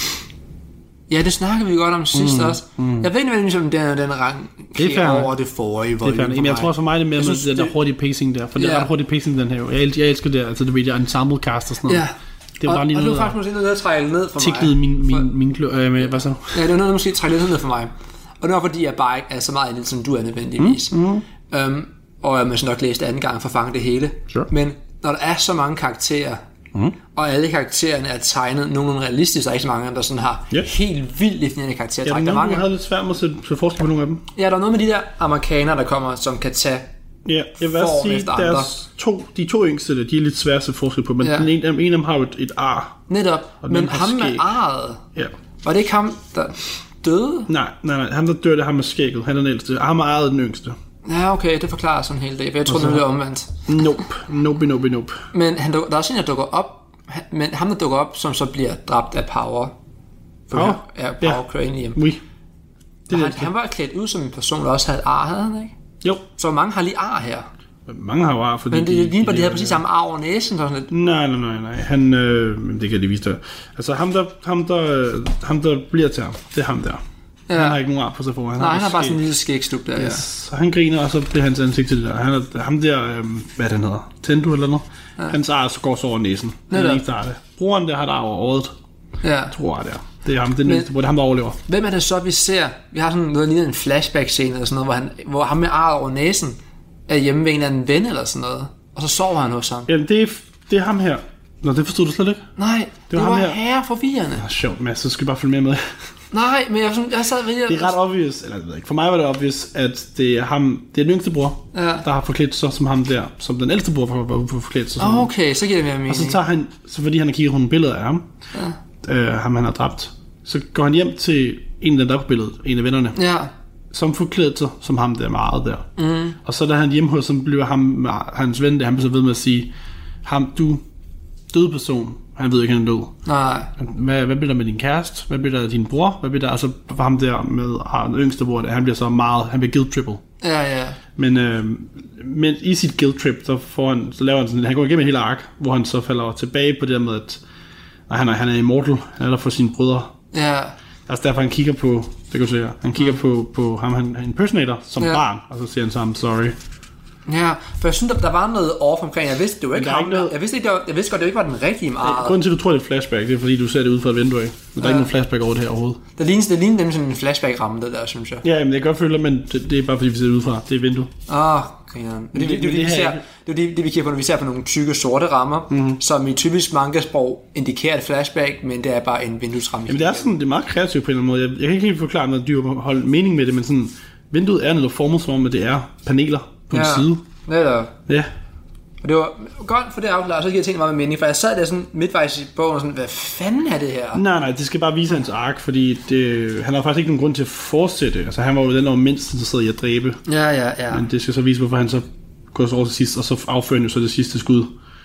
Ja, det snakkede vi godt om sidst mm, også. Mm. Jeg ved ikke, hvad den, den, den rang over det forrige volume. Det er jeg tror for mig, det er mere med den der hurtige pacing der, for yeah. det er ret hurtig pacing den her. Jeg, jeg, jeg elsker det, altså det ved jeg, ensemble cast og sådan noget. Ja. Det var og, bare lige og noget, og du faktisk måske noget at trække ned for mig. Tiklede min, min, min klø, øh, med, hvad så? Ja, det var noget, der måske trække lidt ned for mig. Og det var fordi, jeg bare ikke er så meget andet, som du er nødvendigvis. Mm, mm. Um, og jeg må nok læse det anden gang for at fange det hele. Sure. Men når der er så mange karakterer, mm. og alle karaktererne er tegnet nogenlunde realistisk, der er ikke så mange, der sådan har yeah. helt vildt definerende karakterer. Ja, der er nogen, der havde lidt svært med at sætte forskel på nogle af dem. Ja, der er noget med de der amerikanere, der kommer, som kan tage ja, jeg vil også sige, deres to, de to yngste, de er lidt svære at sætte forskel på, men ja. den ene, en af dem har et, et ar. Netop, men ham med arret, ja. var det ikke ham, der døde? Nej, nej, nej, ham der dør, det er ham med skægget, han er den ældste, ham med arret den yngste. Ja, okay, det forklarer sådan en hel dag, for jeg troede, det var omvendt. Nope, nope, nope, nope. Men han, der er også en, der dukker op, men ham, der dukker op, som så bliver dræbt af Power. Power? Ja, Power ja. Cranium. Oui. Det han, han var klædt ud som en person, der også havde ar, havde han ikke? Jo. Så mange har lige ar her. Mange har jo ar, fordi... Men det ligner bare, de, de havde præcis samme ar over næsen. Sådan lidt. Nej, nej, nej, nej. Han, øh, det kan de vise dig. Altså, ham der, ham, der, ham, der bliver til ham, det er ham der. Ja. Han har ikke nogen ar på sig for. Han nej, har han har bare sådan en lille skægstup der, yes. ja. Så han griner, og så bliver hans ansigt til det der. Han er, ham der, øh, hvad den hedder, Tendo eller noget. Ja. Hans ar så går så over næsen. Han er ikke der det. Broren der har der over øjet. Ja. Jeg tror, det er. Det er ham, det er, Men, det er ham, der overlever. Hvem er det så, vi ser? Vi har sådan noget lignende en flashback-scene eller sådan noget, hvor, han, hvor ham med ar over næsen er hjemme ved en eller anden ven eller sådan noget. Og så sover han hos ham. Jamen, det er, det er ham her. Nå, det forstod du slet ikke? Nej, det var, det var ham her. Herre forvirrende. Det er sjovt, Mads, så skal vi bare følge med med. Nej, men jeg, jeg sad ved det. Det er ret obvious, eller jeg ved ikke. For mig var det obvious, at det er ham, det er den yngste bror, ja. der har forklædt sig som ham der, som den ældste bror har forklædt sig som. Oh, okay, så giver det mere mening. Og så tager han, så fordi han har kigget på nogle billeder af ham, ja. øh, ham han har dræbt, så går han hjem til en af dem, der er på billedet, en af vennerne, ja. som forklædt sig som ham der meget der. Mm. Og så da han hjemme hos, så bliver ham, hans ven der, han bliver så ved med at sige, ham, du døde person, han ved ikke, han er død. Nej. Hvad, hvad bliver der med din kæreste? Hvad bliver der af din bror? Hvad bliver der altså for ham der med ah, den yngste bror? Han bliver så meget, han bliver guilt trippet. Ja, ja. Men, øh, men i sit guilt trip, så, får han, så laver han sådan, han går igennem et hele ark, hvor han så falder tilbage på det der med, at nej, han, er, han er immortal, han er der for sine brødre. Ja. Altså derfor han kigger på, det kan du se, han kigger på, på ham, han impersonator som ja. barn, og så siger han sammen, sorry. Ja, for jeg synes, der, der var noget off omkring. Jeg vidste, det var ikke ham. Noget... Jeg vidste ikke, det var, jeg vidste godt, det ikke var den rigtige meget. Grunden til, at du tror, det er et flashback, det er fordi, du ser det ud fra et vindue, ikke? Men der ja. er ikke nogen flashback over det her overhovedet. Det ligner, det ligner dem sådan en flashback-ramme, det der, synes jeg. Ja, men jeg kan godt føle, men det, det er bare fordi, vi ser det ud fra. Det er et vindue. Åh, oh, grineren. Det, det, det, det, det, det, ser, det er det, det, vi kigger på, når vi ser på nogle tykke sorte rammer, mm-hmm. som i typisk manga-sprog indikerer et flashback, men det er bare en vinduesramme. Jamen det er sådan, det er meget kreativt på en eller anden måde. Jeg, jeg kan ikke helt forklare noget dyr hold mening med det, men sådan, vinduet er noget formet som om, at det er paneler på ja. en side. Netop. Ja. Og det var godt for det afklaret, så giver jeg tænkt meget med mening, for jeg sad der sådan midtvejs i bogen og sådan, hvad fanden er det her? Nej, nej, det skal bare vise hans ark, fordi det, han har faktisk ikke nogen grund til at fortsætte. Altså han var jo den, der var mindst interesseret i at dræbe. Ja, ja, ja. Men det skal så vise, hvorfor han så går så over til sidst, og så affører jo så det sidste skud,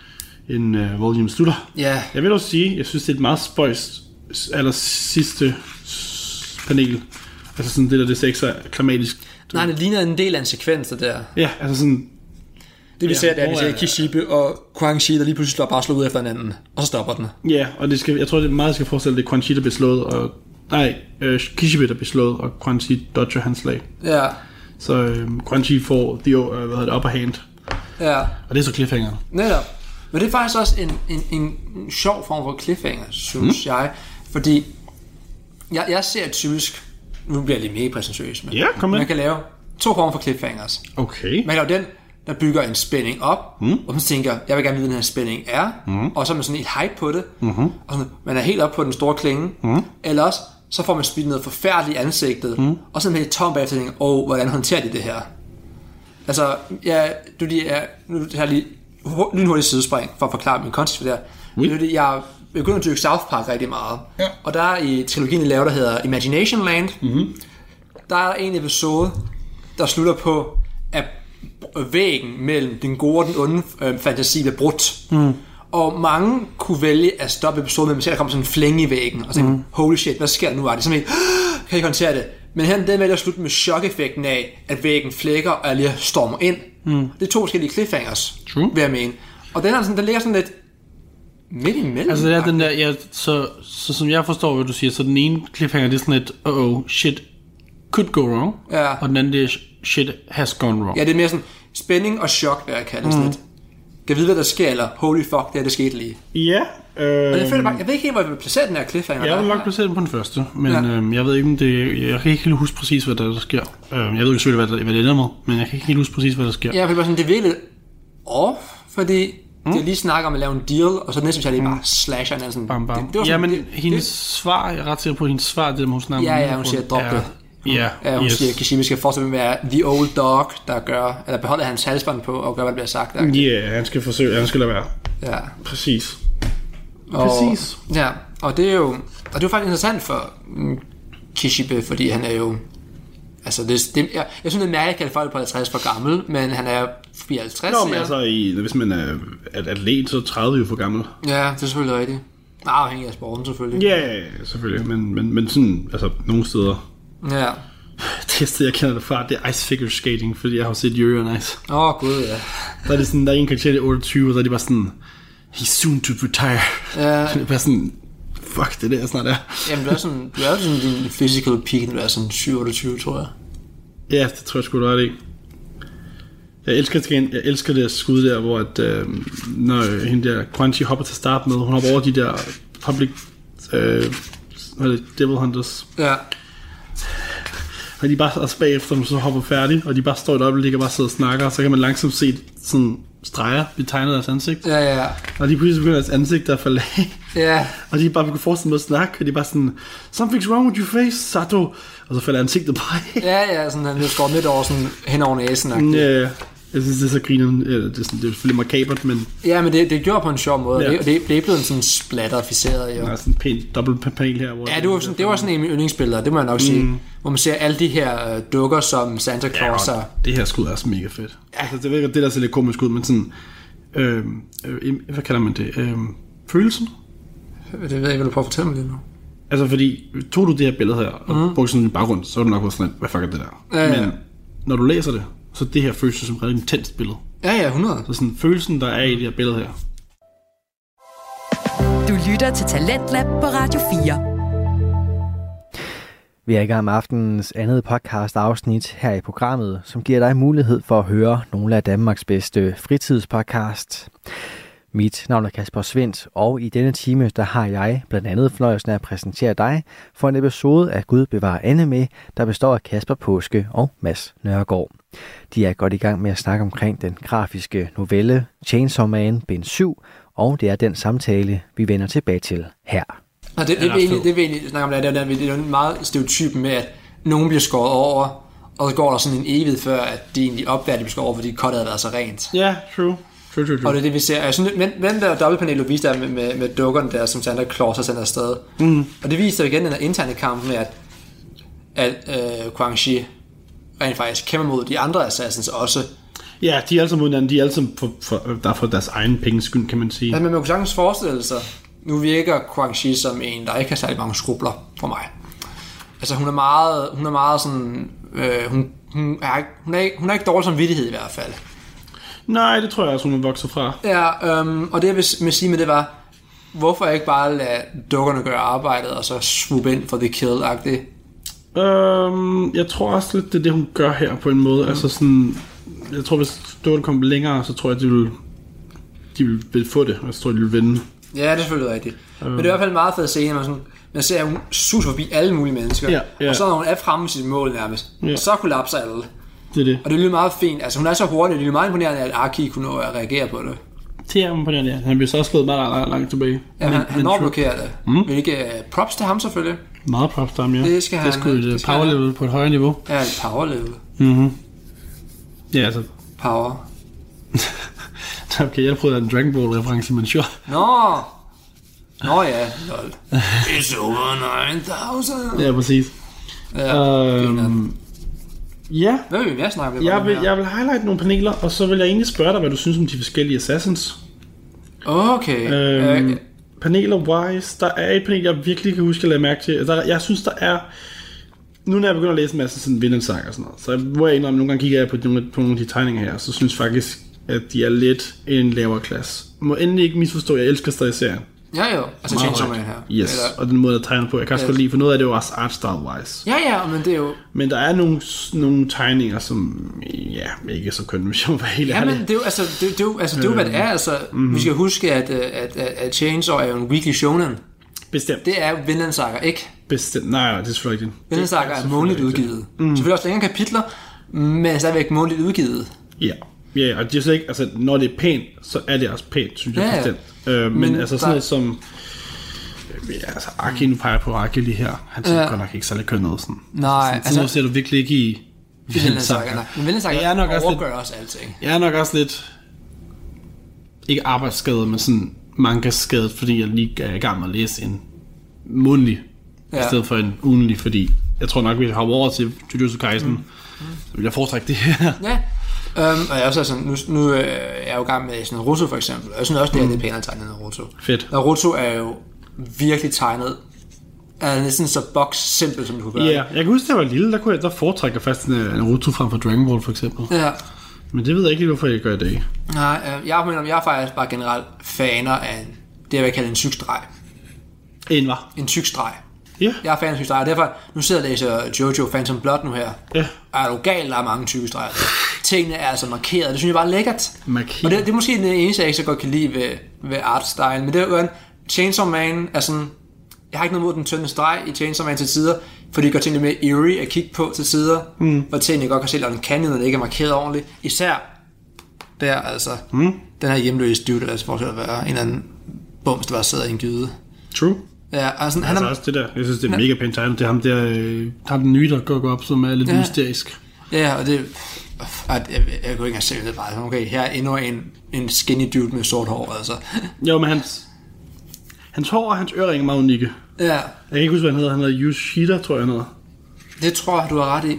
en uh, volume slutter. Ja. Jeg vil også sige, jeg synes det er et meget spøjst, aller sidste panel. Altså sådan det der, det ser ikke så klimatisk. Nej, det ligner en del af en sekvens der. Ja, altså sådan. Det vi ja, ser, det er, at vi ser Kishibe og Quan Chi, der lige pludselig slår bare slået ud efter hinanden, og så stopper den. Ja, og det skal, jeg tror, det er meget, skal forestille, at det er Quan Chi, der bliver slået, og nej, øh, Kishibe, der bliver slået, og Quan Chi dodger hans slag. Ja. Så øh, Quan Chi får the, uh, hvad hedder det, upper hand. Ja. Og det er så cliffhangeren. Netop. Men det er faktisk også en, en, en, en sjov form for cliffhanger, synes mm. jeg. Fordi jeg, jeg ser typisk, nu bliver jeg lidt mega præsentøs, men ja, kom med. Man kan lave to former for cliffhangers. Okay. Man kan lave den, der bygger en spænding op, mm. og man tænker, jeg vil gerne vide, hvad den her spænding er, mm. og så er man sådan et hype på det, mm-hmm. og sådan, man er helt op på den store klinge, mm. eller også, så får man spillet noget forfærdeligt i ansigtet, mm. og så er man helt tom bagefter og tænker, åh, hvordan håndterer de det her? Altså, ja, du lige er, nu har lige lynhurtigt sidespring, for at forklare min kontekst for det her. Mm. Det, jeg begynder at dyrke South Park rigtig meget, ja. Og der er i trilogien, I laver, der hedder Imagination Land, mm-hmm. der er en episode, der slutter på, at væggen mellem den gode og den onde øh, fantasi blev brudt. Mm. Og mange kunne vælge at stoppe episoden med, at der kom sådan en flænge i væggen, og tænkte, mm. holy shit, hvad sker der nu? Er det sådan en, kan jeg ikke håndtere det? Men her den vælger at slutte med chok-effekten af, at væggen flækker, og jeg lige stormer ind. Mm. Det er to forskellige cliffhangers, True. vil jeg mene. Og den, er sådan, den ligger sådan lidt midt imellem. Altså det er den der, ja, så, så som jeg forstår, hvad du siger, så den ene cliffhanger, det er sådan lidt, oh, oh shit could go wrong, ja. Og den anden, det er shit has gone wrong. Ja, det er mere sådan spænding og chok, hvad jeg kalder det mm. sådan lidt. Kan vide, hvad der sker, eller holy fuck, det er det skete lige. Ja. Øh, jeg, føler bare, jeg ved ikke helt, hvor jeg vil placere den her cliffhanger. Jeg vil nok placere den på den første, men ja. øh, jeg ved ikke, om det... Jeg kan ikke helt huske præcis, hvad der, der sker. Øh, jeg ved ikke selvfølgelig, hvad, hvad det ender med, men jeg kan ikke helt huske præcis, hvad der sker. Ja, jeg føler bare sådan, det er virkelig off, fordi mm. de lige snakker om at lave en deal, og så næste vi mm. bare slasher den sådan. Bam, bam. Det, det var sådan, ja, men det, hendes det, svar, jeg er ret sikker på, hendes svar, det er, hun snakker ja, ja, hun siger, drop det. Ja, ja, hun yes. siger, at Kishimi skal fortsætte med at være the old dog, der gør, eller beholder hans halsbånd på, og gør, hvad der bliver sagt. Ja, yeah, han skal forsøge, han skal lade være. Ja. Præcis. Og, Præcis. Ja, og det er jo, og det er jo faktisk interessant for um, Kishibe, fordi han er jo, altså det, det jeg, jeg synes, det er mærkeligt at kalde folk på halvtreds for gammel, men han er fireoghalvtreds. Nå, men altså, i, hvis man er at atlet, så er tredive jo for gammel. Ja, det er selvfølgelig rigtigt. Afhængig af sporten, selvfølgelig. Ja, yeah, selvfølgelig, men, men, men sådan, altså, nogle steder. Ja. Det sted, jeg kender det fra, det er ice figure skating, fordi jeg har set Yuri on Ice. Åh, oh, gud, ja. Der er det sådan, der er en karakter, der er otteogtyve, og så er det bare sådan, he's soon to retire. Ja. Det er bare sådan, fuck, det er det, snart er. Jamen, du er, sådan, du er jo sådan din physical peak, når du er sådan syv otteogtyve, tror jeg. Ja, det tror jeg sgu, du er det ikke. Jeg elsker, jeg elsker det skud der, hvor at, øh, når hende der Quan Chi hopper til start med, hun hopper over de der public, øh, hvad er det, Devil Hunters. Ja. Og de bare også bagefter, når så hopper færdig, og de bare står deroppe og ligger bare sidder og snakker, og så kan man langsomt se sådan streger blive tegnet deres ansigt. Ja, ja, ja. Og de pludselig begynder deres ansigt der falde af. Ja. Og de bare kunne forestille med at snakke, og de bare sådan, something's wrong with your face, Sato. Og så falder ansigtet bare af. Ja, ja, sådan han bliver skåret lidt over sådan hen over næsen. Ja, ja. Jeg synes, det er så griner. Det er, sådan, det er selvfølgelig makabert, men... Ja, men det, det gjorde på en sjov måde. Ja. Det, det, det er blevet sådan splatterificeret, jo. Der er sådan en pænt dobbelt-panel her. Hvor ja, det var, sådan, det var sådan en af mine yndlingsbilleder, det må jeg nok mm. sige. Hvor man ser alle de her uh, dukker, som Santa Claus har. Ja, det her skud er også mega fedt. Ja. Altså, det, ved, det der ser lidt komisk ud, men sådan... Øh, øh, hvad kalder man det? Øh, følelsen? Det ved jeg ikke, hvad du prøver at fortælle mig lige nu. Altså, fordi tog du det her billede her, og mm. brugte sådan en baggrund, så var det nok været sådan, hvad fuck er det der? Ja, ja. Men når du læser det, så det her føles som et ret intenst billede. Ja, ja, hundrede. Så sådan følelsen, der er i det her billede her. Du lytter til Talentlab på Radio fire. Vi er i gang med aftenens andet podcast afsnit her i programmet, som giver dig mulighed for at høre nogle af Danmarks bedste fritidspodcast. Mit navn er Kasper Svendt, og i denne time der har jeg blandt andet fornøjelsen af at præsentere dig for en episode af Gud bevare anime, der består af Kasper Påske og Mads Nørgaard. De er godt i gang med at snakke omkring den grafiske novelle Chainsaw Man bind syv, og det er den samtale, vi vender tilbage til her. Og det, det, det, det, det vi egentlig snakker om, det er, det er jo en meget stereotyp med, at nogen bliver skåret over, og så går der sådan en evighed før, at de egentlig opdager, at de bliver skåret over, fordi kottet havde været så rent. Ja, yeah, true. True, true, true. Og det er det, vi ser. Jeg synes, men, men der dobbeltpanel, du viste der med, med, med dukkerne der, som Santa Claus har sendt afsted. Mm. Og det viser igen den der interne kamp med, at, at øh, Quan Chi rent faktisk kæmper mod de andre assassins også. Ja, de er altså mod hinanden. De er altså for, for, der for deres egen penges skyld, kan man sige. Ja, men man kunne sagtens forestille sig, nu virker Quan Chi som en, der ikke har særlig mange skrubler for mig. Altså hun er meget, hun er meget sådan, øh, hun, hun, er ikke, hun, er ikke, hun er ikke dårlig samvittighed i hvert fald. Nej, det tror jeg også, hun er vokset fra. Ja, øhm, og det jeg vil sige med det var, hvorfor ikke bare lade dukkerne gøre arbejdet, og så swoop ind for the kill-agtigt? Øhm, jeg tror også lidt, det er det, hun gør her på en måde. Mm. Altså sådan, jeg tror, hvis dukkerne kommer længere, så tror jeg, de vil, de vil, vil få det, og jeg tror, de vil vinde. Ja, det er selvfølgelig rigtigt. Mm. Men det er i hvert fald en meget fed scene, man, sådan, man ser, at hun suser forbi alle mulige mennesker, ja, ja. Og så når hun er fremme med sit mål nærmest, ja. Og så kollapser alle. Det er det. Og det lyder meget fint. Altså hun er så hurtig, det er meget imponerende, at Aki kunne nå at reagere på det. Det er imponerende, ja. Han bliver så også slået meget langt, langt tilbage. Ja, han, han når blokerer det. Mm. Hvilke uh, props til ham selvfølgelig. Meget props til ham, ja. Det skal han. Det er sgu et power level på et højere niveau. Ja, et power level. Mhm. Ja, altså. Power. Okay, jeg prøvede en Dragon Ball reference, men sure. Nå. Nå ja, lol. It's over nine thousand. Ja, præcis. Ja, øhm, Ja. Hvad vil vi mere snakke om? Jeg vil, jeg vil highlight nogle paneler, og så vil jeg egentlig spørge dig, hvad du synes om de forskellige Assassins. Okay. Øhm, øh. Paneler-wise, der er et panel, jeg virkelig kan huske at lade mærke til. Der, jeg synes, der er... Nu når jeg begynder at læse en masse sådan Vinland-sager og sådan noget, så må jeg indrømme, nogle gange kigger jeg på nogle, på nogle af de tegninger her, så synes jeg faktisk, at de er lidt en lavere klasse. Må endelig ikke misforstå, jeg elsker stadig serien. Ja jo, altså Chainsaw Man her. Yes, Eller... og den måde, der tegner på. Jeg kan også yes. godt lide, for noget af det er jo også art style-wise. Ja, ja, men det er jo... Men der er nogle, nogle tegninger, som ja, ikke er så kønne, hvis jeg må være helt ærlig. Ja, men det er jo, altså, det, det er jo, altså, det er jo, hvad det er. Altså, mm-hmm. Vi skal huske, at, at, at, at Chainsaw er jo en weekly shonen. Bestemt. Det er jo Vinland Saga, ikke? Bestemt. Nej, nej, det er selvfølgelig ikke det. Vinland Saga er, er månedligt udgivet. Mm. Selvfølgelig også længere kapitler, men stadigvæk månedligt udgivet. Ja. Ja, og det er så ikke, altså, når det er pænt, så er det også pænt, synes jeg, ja, bestemt. Øh, men, men altså sådan der... noget som... Ja, altså, Aki, nu peger på Aki lige her. Han ser ja. godt nok ikke særlig køn ud sådan. Nej, sådan, altså... Sådan ser du virkelig ikke i... Vinland Saga, nej. Men Vinland Saga overgør også alting. Jeg er nok også lidt... Ikke arbejdsskadet, men sådan manga-skadet, fordi jeg lige er i gang med at læse en månedlig, ja. I stedet for en ugenlig, fordi jeg tror nok, vi har over til Jujutsu Kaisen, mm. så vil jeg foretrække det her. Ja. Um, og jeg er også sådan, nu, nu øh, er jeg jo i gang med sådan Naruto for eksempel, og jeg synes også, det er lidt pænere tegnet Naruto. Fedt. Naruto er jo virkelig tegnet, er næsten så box simpelt som du kunne gøre. Ja, yeah. Jeg kan huske, at jeg var lille, der, kunne jeg, der foretrækker jeg faktisk Naruto frem for Dragon Ball for eksempel. Ja. Men det ved jeg ikke lige, hvorfor jeg gør i dag. Nej, øh, jeg, mener, jeg er faktisk bare generelt faner af en, det, jeg vil kalde en tyk streg. En hvad? En tyk streg. Ja. Yeah. Jeg er fan af tyk streg, og derfor, nu sidder jeg og læser Jojo Phantom Blood nu her. Ja. Yeah. Er du gal, der er mange tykke streger. Tingene er altså markeret, det synes jeg bare er lækkert. Markeret. Og det, det er måske det eneste, jeg ikke så godt kan lide ved, ved artstyle, men det er jo Chainsaw Man er sådan, jeg har ikke noget mod den tynde streg i Chainsaw Man til tider, fordi det gør tingene mere eerie at kigge på til tider, mm. hvor tingene godt kan se, at den kan, når det ikke er markeret ordentligt. Især der, altså, mm. den her hjemløse dude, der altså forestiller at være en eller anden bums, der bare sidder i en gyde. True. Ja, altså, han altså er også det der, jeg synes, det er mega pænt tegnet. Det er ham der, øh, ham den nye, der går op, som er lidt ja. mysterisk. Ja, og det, jeg, jeg, jeg kunne ikke engang se det bare. Okay, her er endnu en, en skinny dude med sort hår, altså. Jo, men hans, hans hår og hans øring er meget unikke. Ja. Jeg kan ikke huske, hvad han hedder. Han hedder Yoshida, tror jeg, han hedder. Det tror jeg, du har ret i.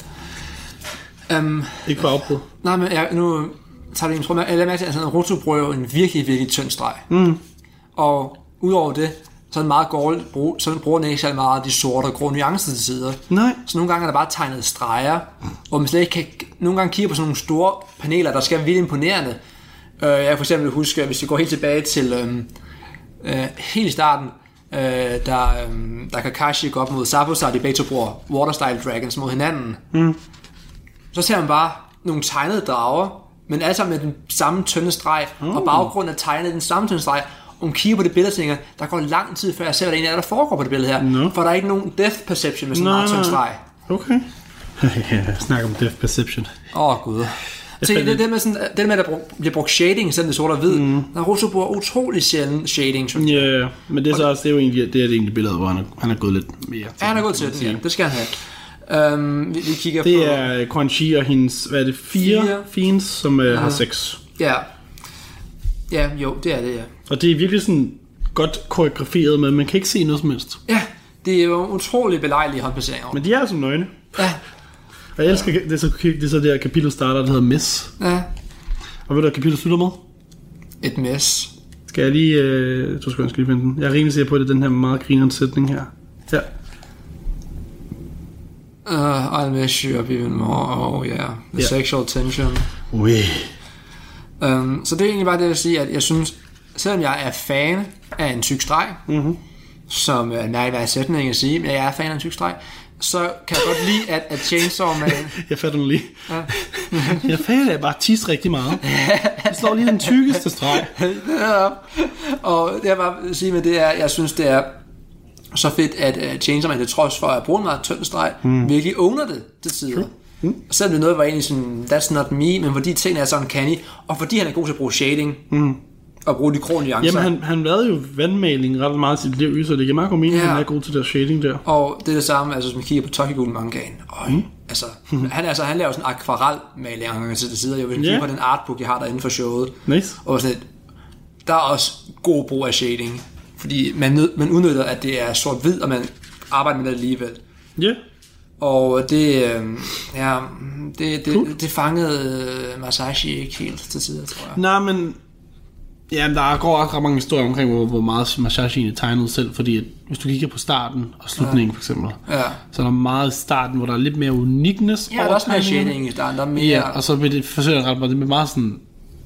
Um, ikke for afbrud. Nej, men jeg, nu tager vi en tråd med. Jeg lader mærke til, at Naruto bruger jo en virkelig, virkelig tynd streg. Mm. Og udover det, så er den meget gårdt, så den bruger den ikke særlig meget de sorte og grå nuancer til sider. Nej. Så nogle gange er der bare tegnet streger, hvor man slet ikke kan, nogle gange kigger på sådan nogle store paneler, der skal være vildt imponerende. Uh, jeg kan for eksempel huske, at hvis vi går helt tilbage til um, uh, helt i starten, uh, der, um, der Kakashi går op mod Sabusa, de begge to bruger Water-style dragons mod hinanden. Mm. Så ser man bare nogle tegnede drager, men alle sammen med den samme tynde streg, mm. og baggrunden er tegnet den samme tynde streg. Og man kigger på det billede og tænker, der går lang tid før jeg ser, hvad det egentlig er, der foregår på det billede her. No. For der er ikke nogen depth perception med sådan en meget tynd streg. Okay. Jeg snakker om depth perception. Åh oh, gud. Så det, det med sådan, det med, der bliver brugt shading, selvom det er sort og hvid. Mm. Naruto bruger utrolig sjældent shading. Ja, yeah, men det er så også, det er jo egentlig, det er det egentlig billede, hvor han er, han er gået lidt mere. Ja, han er gået til den, ja. Det skal han have. Um, vi, vi kigger det på... er Quan Chi og hendes, hvad er det, fire, fire. fiends, som uh, ja. har seks. Ja. Ja, jo, det er det, ja. Og det er virkelig sådan godt koreograferet, men man kan ikke se noget som helst. Ja, det er jo utrolig belejlige håndplaceringer. Men de er altså nøgne. Ja. Og jeg elsker, det er så, det er så der kapitel starter, der hedder Mess. Ja. Og ved du, hvad kapitel slutter med? Et mess. Skal jeg lige, øh, jeg tror sgu, jeg skal lige finde den. Jeg er rimelig sikker på, at det er den her meget grinerende sætning her. Ja. Uh, I'll mess you up even more. Oh yeah. The yeah. Sexual tension. Ui. Um, så det er egentlig bare det, jeg vil sige, at jeg synes, selvom jeg er fan af en tyk streg, mm-hmm. som er en mærkelig sætning at sige, men jeg er fan af en tyk streg, så kan jeg godt lide, at, at Chainsaw Man... jeg fatter nu lige. Ja. jeg fatter af bare tisse rigtig meget. Det står lige den tykkeste streg. ja. Og det jeg bare vil sige med det er, jeg synes, det er så fedt, at uh, Chainsaw Man, det trods for at bruge en meget tynd streg, mm. virkelig owner det til tider. Sure. Mm. Selvom det noget var egentlig sådan, that's not me, men fordi tingene er så uncanny, og fordi han er god til at bruge shading, mm. og bruge de grå nuancer. Jamen han, han lavede jo vandmaling ret meget til sit liv, så det giver meget god mening, yeah. han er god til der shading der. Og det er det samme, altså hvis man kigger på Tokyo mangaen, øj, mm. altså, mm. han, altså han laver sådan en akvarelmaling til det side, jeg vil kigge yeah. på den artbook, jeg har derinde for showet, nice. Og sådan et, der er også god brug af shading, fordi man, man udnytter, at det er sort-hvid, og man arbejder med det alligevel. Ja. Yeah. Og det, øh, ja, det, det, det fangede øh, Masashi ikke helt til tider, tror jeg. Nej, men ja, der går også ret mange historier omkring, hvor, hvor meget Masashi tegnede selv, fordi at, hvis du kigger på starten og slutningen, ja. For eksempel, ja. Så er der meget i starten, hvor der er lidt mere uniqueness. Ja, der er også mere shading i starten, der er mere... Ja, og så vil det forsøge ret meget, det er meget sådan...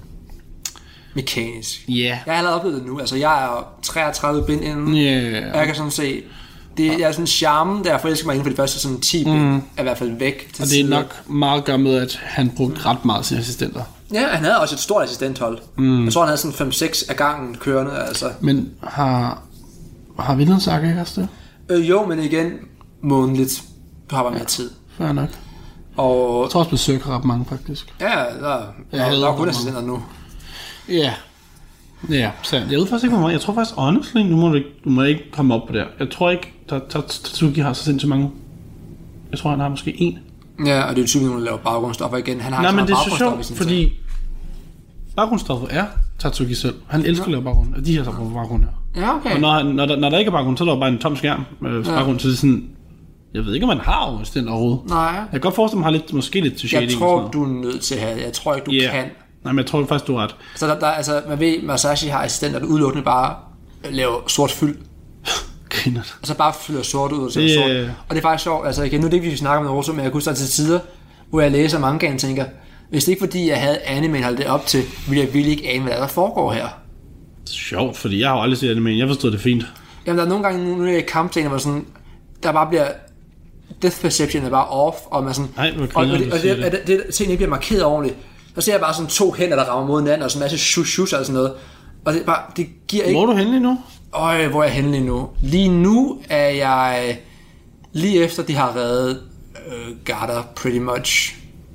mekanisk. Ja. Yeah. Jeg har allerede oplevet det nu, altså jeg er treogtredive bind inden, yeah. og jeg kan sådan se... Det er sådan en charme, der forelsker mig inden for de første sådan ti bind, mm. er i hvert fald væk til og det er tider. nok meget gør med, at han brugte ret meget sine assistenter. Ja, han havde også et stort assistenthold. Mm. Jeg tror, han havde sådan fem seks af gangen kørende, altså. Men har, har Vinland Saga ikke også det? Øh, jo, men igen, månedligt. Du har bare mere tid. Fair nok. Og... Jeg tror også, besøger ret mange, faktisk. Ja, der er, der er kun assistenter nu. Ja. Ja, sandt. Jeg ved faktisk ikke, hvor meget. Jeg tror faktisk, honestly, nu må du ikke, du må ikke komme op på det. Jeg tror ikke, Tatsuki har så sindssygt mange. Jeg tror, han har måske en. Ja, og det er typisk, når man laver baggrundsstoffer igen. Han har Nej, ikke men det er så sjovt, fordi ting. Baggrundsstoffet er Tatsuki selv. Han elsker at lave baggrund, og de her så på baggrund her. Ja, okay. Og når, når, der, når der ikke er baggrund, så er der bare en tom skærm med ja. Baggrund, så det er sådan... Jeg ved ikke, om man har overstændt overhovedet. Nej. Jeg kan godt forestille mig, at man har lidt, måske lidt til shading. Jeg tror, du er nødt til at have det. Jeg tror ikke, du yeah. kan. Nej, men jeg tror faktisk, du er ret. Så der, der, altså, man ved, Masashi har assistenter, der udelukkende bare laver sort fyld. Griner. Og så bare fylder sort ud og så yeah. sort. Og det er faktisk sjovt. Altså, igen, nu er det ikke, vi snakker om Naruto, men jeg kunne starte til tider, hvor jeg læser mangaen og tænker, hvis det ikke fordi, jeg havde anime holdt det op til, ville jeg virkelig ikke ane, hvad der foregår her. Det er sjovt, fordi jeg har jo aldrig set anime. Jeg forstod det fint. Jamen, der er nogle gange, nu er jeg i kampscener, hvor sådan, der bare bliver... Death perception er bare off, og man sådan... Ej, og, og, det, og det, det, det, det, tingene ikke bliver markeret ordentligt. Så ser jeg bare sådan to hænder, der rammer mod hinanden, og sådan en masse shush-shush og sådan noget. Og det, bare, det giver ikke... Hvor er du henne lige nu? Øj, hvor er jeg henne lige nu? Lige nu er jeg... Lige efter de har reddet øh, Garter, pretty much.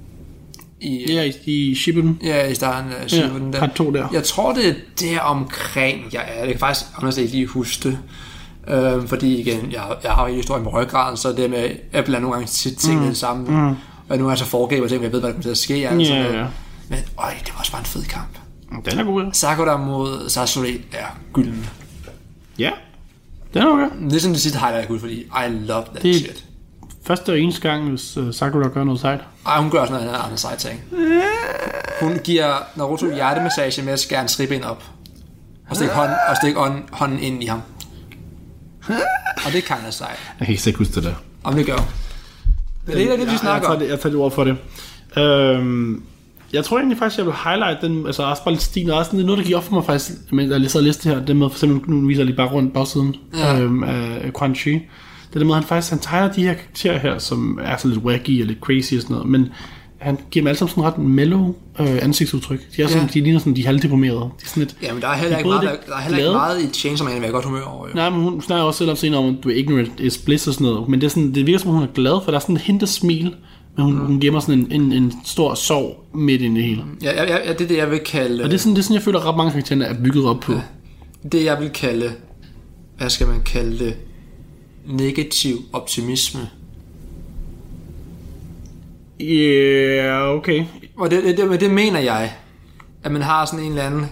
I, ja, i, i Shippuden. Ja, i starten af Shippuden. Ja, part to der. Jeg tror, det er der omkring, jeg er. Det kan faktisk honest ikke lige huske det. Øh, fordi igen, jeg, jeg har jo historien med ryggraden, så det med Apple er nogle gange tit tingene mm. sammen. Mm. Og nu er jeg så foregæber til, at jeg ved, hvad der kommer til at ske. Altså. Ja, ja. Men øj, det var også bare en fed kamp. Den er god, ja. Sakura mod Sasori er gylden. Ja, den er okay. Det er sådan det sidste highlight, jeg kunne, fordi I love that det shit. Første og eneste gang, hvis uh, Sakura gør noget sejt. Ej, hun gør sådan noget andet sejt ting. Hun giver Naruto hjertemassage med at skære en ribben op. Og stikke hånden, og stikke hånden, hånden ind i ham. Og det kan jeg sejt. Jeg kan ikke sikkert huske det der. Om det gør. Men det er det, vi snakker om. Jeg tager det ord for det. Øhm, jeg tror egentlig faktisk, jeg vil highlight den, altså også bare lidt stil, og også det er noget, der gik op for mig faktisk, men jeg lige liste her, det med, for eksempel, nu viser jeg lige bare rundt bagsiden ja. øhm, af Quan Chi. Det der med, han faktisk, han tegner de her karakterer her, som er så lidt wacky og lidt crazy og sådan noget, men han giver dem alle sammen sådan ret mellow øh, ansigtsudtryk. De er sådan, ja. De ligner sådan, de er halvdeprimerede. De er sådan lidt, ja, men der er heller ikke meget, der er heller ikke meget i Chainsaw Man, jeg er godt humør over. Jo. Nej, men hun snakker også selv om senere om, at du er ignorant is bliss og sådan noget, men det, er sådan, det virker som, hun er glad, for der er sådan et hint af smil, men hun, mm. hun gemmer sådan en, en, en stor sorg midt i det hele. Ja, ja, ja, det er det, jeg vil kalde... Og det er sådan, det er sådan jeg føler, at ret mange karakterer er bygget op på. Ja. Det, jeg vil kalde... Hvad skal man kalde det? Negativ optimisme. Ja, yeah, okay. Og det, det, det, det mener jeg, at man har sådan en eller anden...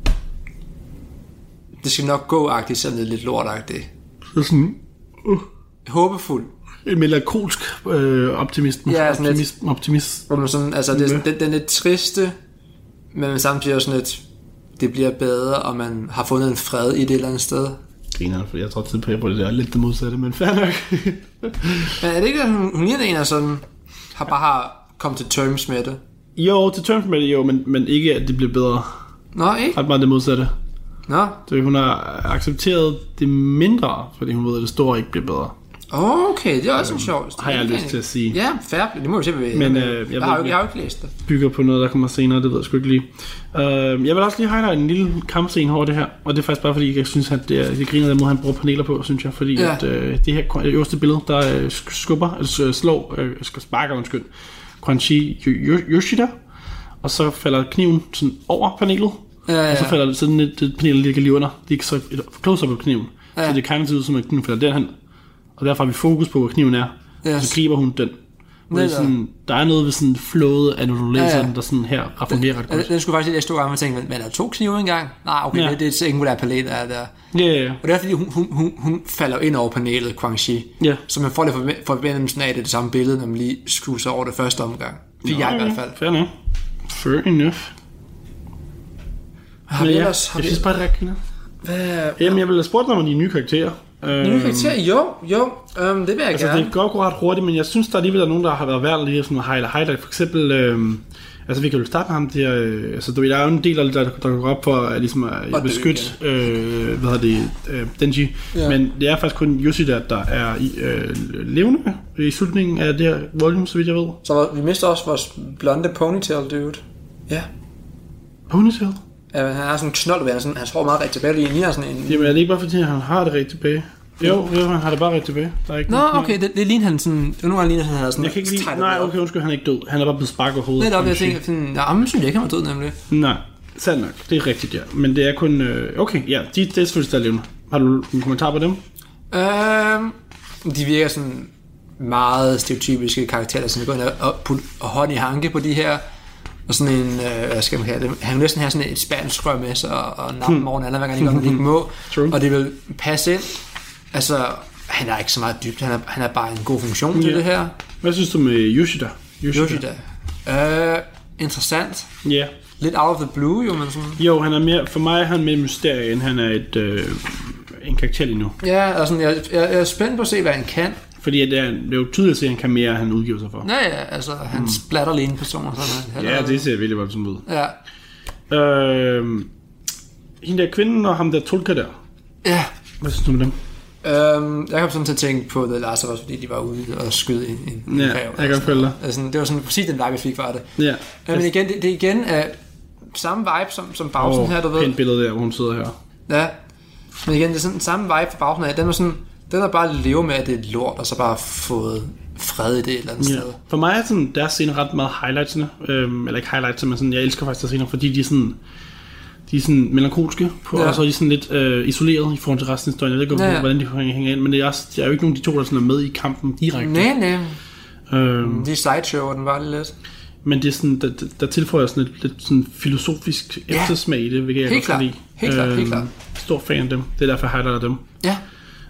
Det skal nok gå-agtigt, selvom det er lidt lort-agtigt. Så sådan... Uh. Håbefuld. En melankolsk øh, optimisme. Ja, sådan optimist, lidt, optimist. Hvor man sådan, altså det, den, den er lidt triste, men samtidig også sådan lidt, det bliver bedre, og man har fundet en fred i det eller andet sted. Griner, for jeg tror tidligere på det der, lidt det modsatte, men fair nok. Men er det ikke, at hun, hun ligner en af sådan, har bare har kommet til terms med det? Jo, til terms med det jo, men, men ikke at det bliver bedre. Nå, ikke? Ret meget det modsatte. Nå. Så hun har accepteret det mindre, fordi hun ved, at det store ikke bliver bedre. Okay, det er også en sjov. Har jeg lyst til at sige. Ja, fair. Det må vi se, hvad vi... Men øh, jeg, jeg, har jo, jeg har jo ikke læst det. Bygger på noget, der kommer senere, det ved jeg sgu ikke lige. Uh, jeg vil også lige highlight en lille kampscene over det her, og det er faktisk bare fordi, jeg synes, at det, er, det griner den måde, han bruger paneler på, synes jeg. Fordi ja. at uh, det her øverste billede, der uh, skubber, altså slår, uh, skal sparker, undskyld, Quan Chi Yoshida, og så falder kniven sådan over panelet, ja, ja, ja. Og så falder det sådan et, et panel, der ligger lige under. Det er ikke så et close-up på kniven, ja. Så det kan se ud som, at kniven falder derhen. Og derfor har vi fokus på, hvor kniven er. Yes. Og så griber hun den. Det sådan, der er noget ved sådan flowet af når du læser ja, ja. den, der sådan her fungerer ret godt. Den, den skulle faktisk lidt stå gange, og tænke, men er der to knive engang? Nej, okay, ja. det, det er et singulært palet, der er der. Ja, ja, ja. Og det er fordi, hun, hun, hun, hun falder ind over panelet, Quang Shi. Ja. Så man får lidt forvendelsen af, at det er det samme billede, når man lige skruer sig over det første omgang. Fik jeg i hvert fald. Fair enough. Fair enough. Har vi ellers... Har jeg synes bare, det er ret Hvad? Jamen, jeg ville have spurgt dig om de nye karakterer. Nye karakterer? Jo, jo, um, det vil jeg altså, gerne. Det går ret hurtigt, men jeg synes, der alligevel er nogen, der har været værd lige sådan highlight. highlight. For eksempel, øhm, altså vi kan jo starte med ham der, øh, altså du ved, der er jo en del, der, der går op for at, ligesom, at beskytte, øh, hvad hedder det, øh, Denji. Ja. Men det er faktisk kun Yoshida, der er i, øh, levende i slutningen af det her volume, så vidt jeg ved. Så vi mister også vores blonde ponytail dude. Ja. Ponytail? Ja, han har sådan en knold, han, sådan, han tror meget rigtig tilbage. Lige, lige sådan en... Jamen er det ikke bare fordi, han har det rigtig tilbage? Jo, jo, han har det bare rigtig tilbage. Der er ikke Nå, okay, det, det ligner han sådan... Det er nogle gange ligner, han har sådan... Jeg kan ikke lide... Nej, okay, undskyld, han er ikke død. Han er bare blevet sparket hovedet. Det er da, jeg tænker, sådan... Ja, men synes jeg ikke, han var død, nemlig. Nej, sandt nok. Det er rigtigt, ja. Men det er kun... Øh, okay, ja, de, det er selvfølgelig stadig levende. Har du en kommentar på dem? Øhm... De virker sådan meget stereotypiske karakterer, der sådan går ind og, og, og, og hånd i hanke på de her... Og sådan en, øh, hvad skal man have det? Han vil næsten have sådan et spansk rør med sig, og, og nappen hmm. over den anden, hver gang de godt ikke må. True. Og det vil passe ind. Altså, han er ikke så meget dybt, han er, han er bare en god funktion til yeah. det her. Hvad synes du med Yoshida? Yoshida? Yoshida. Øh, interessant. Ja. Yeah. Lidt out of the blue, jo, men sådan... Jo, han er mere, for mig er han mere mysterie, end han er et, øh, en karakter lige nu. Ja, altså, jeg, jeg, jeg er spændt på at se, hvad han kan. Fordi det er, det er jo tydeligt at se, at han kan mere, end han udgiver sig for. Ja, ja, altså, han mm. splatter lige en person. Sådan, ja, det ser virkelig voldsomt ud. Ja. Øh, hende der kvinden og ham der Tulka der. Ja. Hvad synes du med dem? Øhm, jeg kom sådan til at tænke på The Last of Us, fordi de var ude og skød en, en ja, kræv. Jeg kan følge dig. Altså, det var sådan præcis den vibe, vi fik fra det. Ja. Men igen, det, det er igen uh, samme vibe som, som Bausen oh, her, du ved. Pænt billede der, hvor hun sidder her. Ja. Men igen, det er sådan samme vibe for Bausen her. Den var sådan... Den er bare lever med, at det er lort, og så bare fået fred i det et eller andet ja. sted. For mig er sådan, deres scener ret meget highlightsene. Øhm, eller ikke highlights, men sådan, jeg elsker faktisk deres scener, fordi de er sådan, de er sådan melankolske, på, ja. og så er de sådan lidt øh, isoleret i forhold til resten af historien. Jeg ved ikke, ja, ja. hvordan de hænger ind, men det er, også, det er jo ikke nogen af de to, der sådan er med i kampen direkte. Nej, nej. Øhm, de sideshower den var lidt. Men det er sådan, der, der tilføjer sådan et lidt sådan filosofisk ja. eftersmag i det, hvilket jeg helt godt kan lide. Helt klart, helt klart. Stor fan af dem. Det er derfor, jeg highlighter dem. Ja.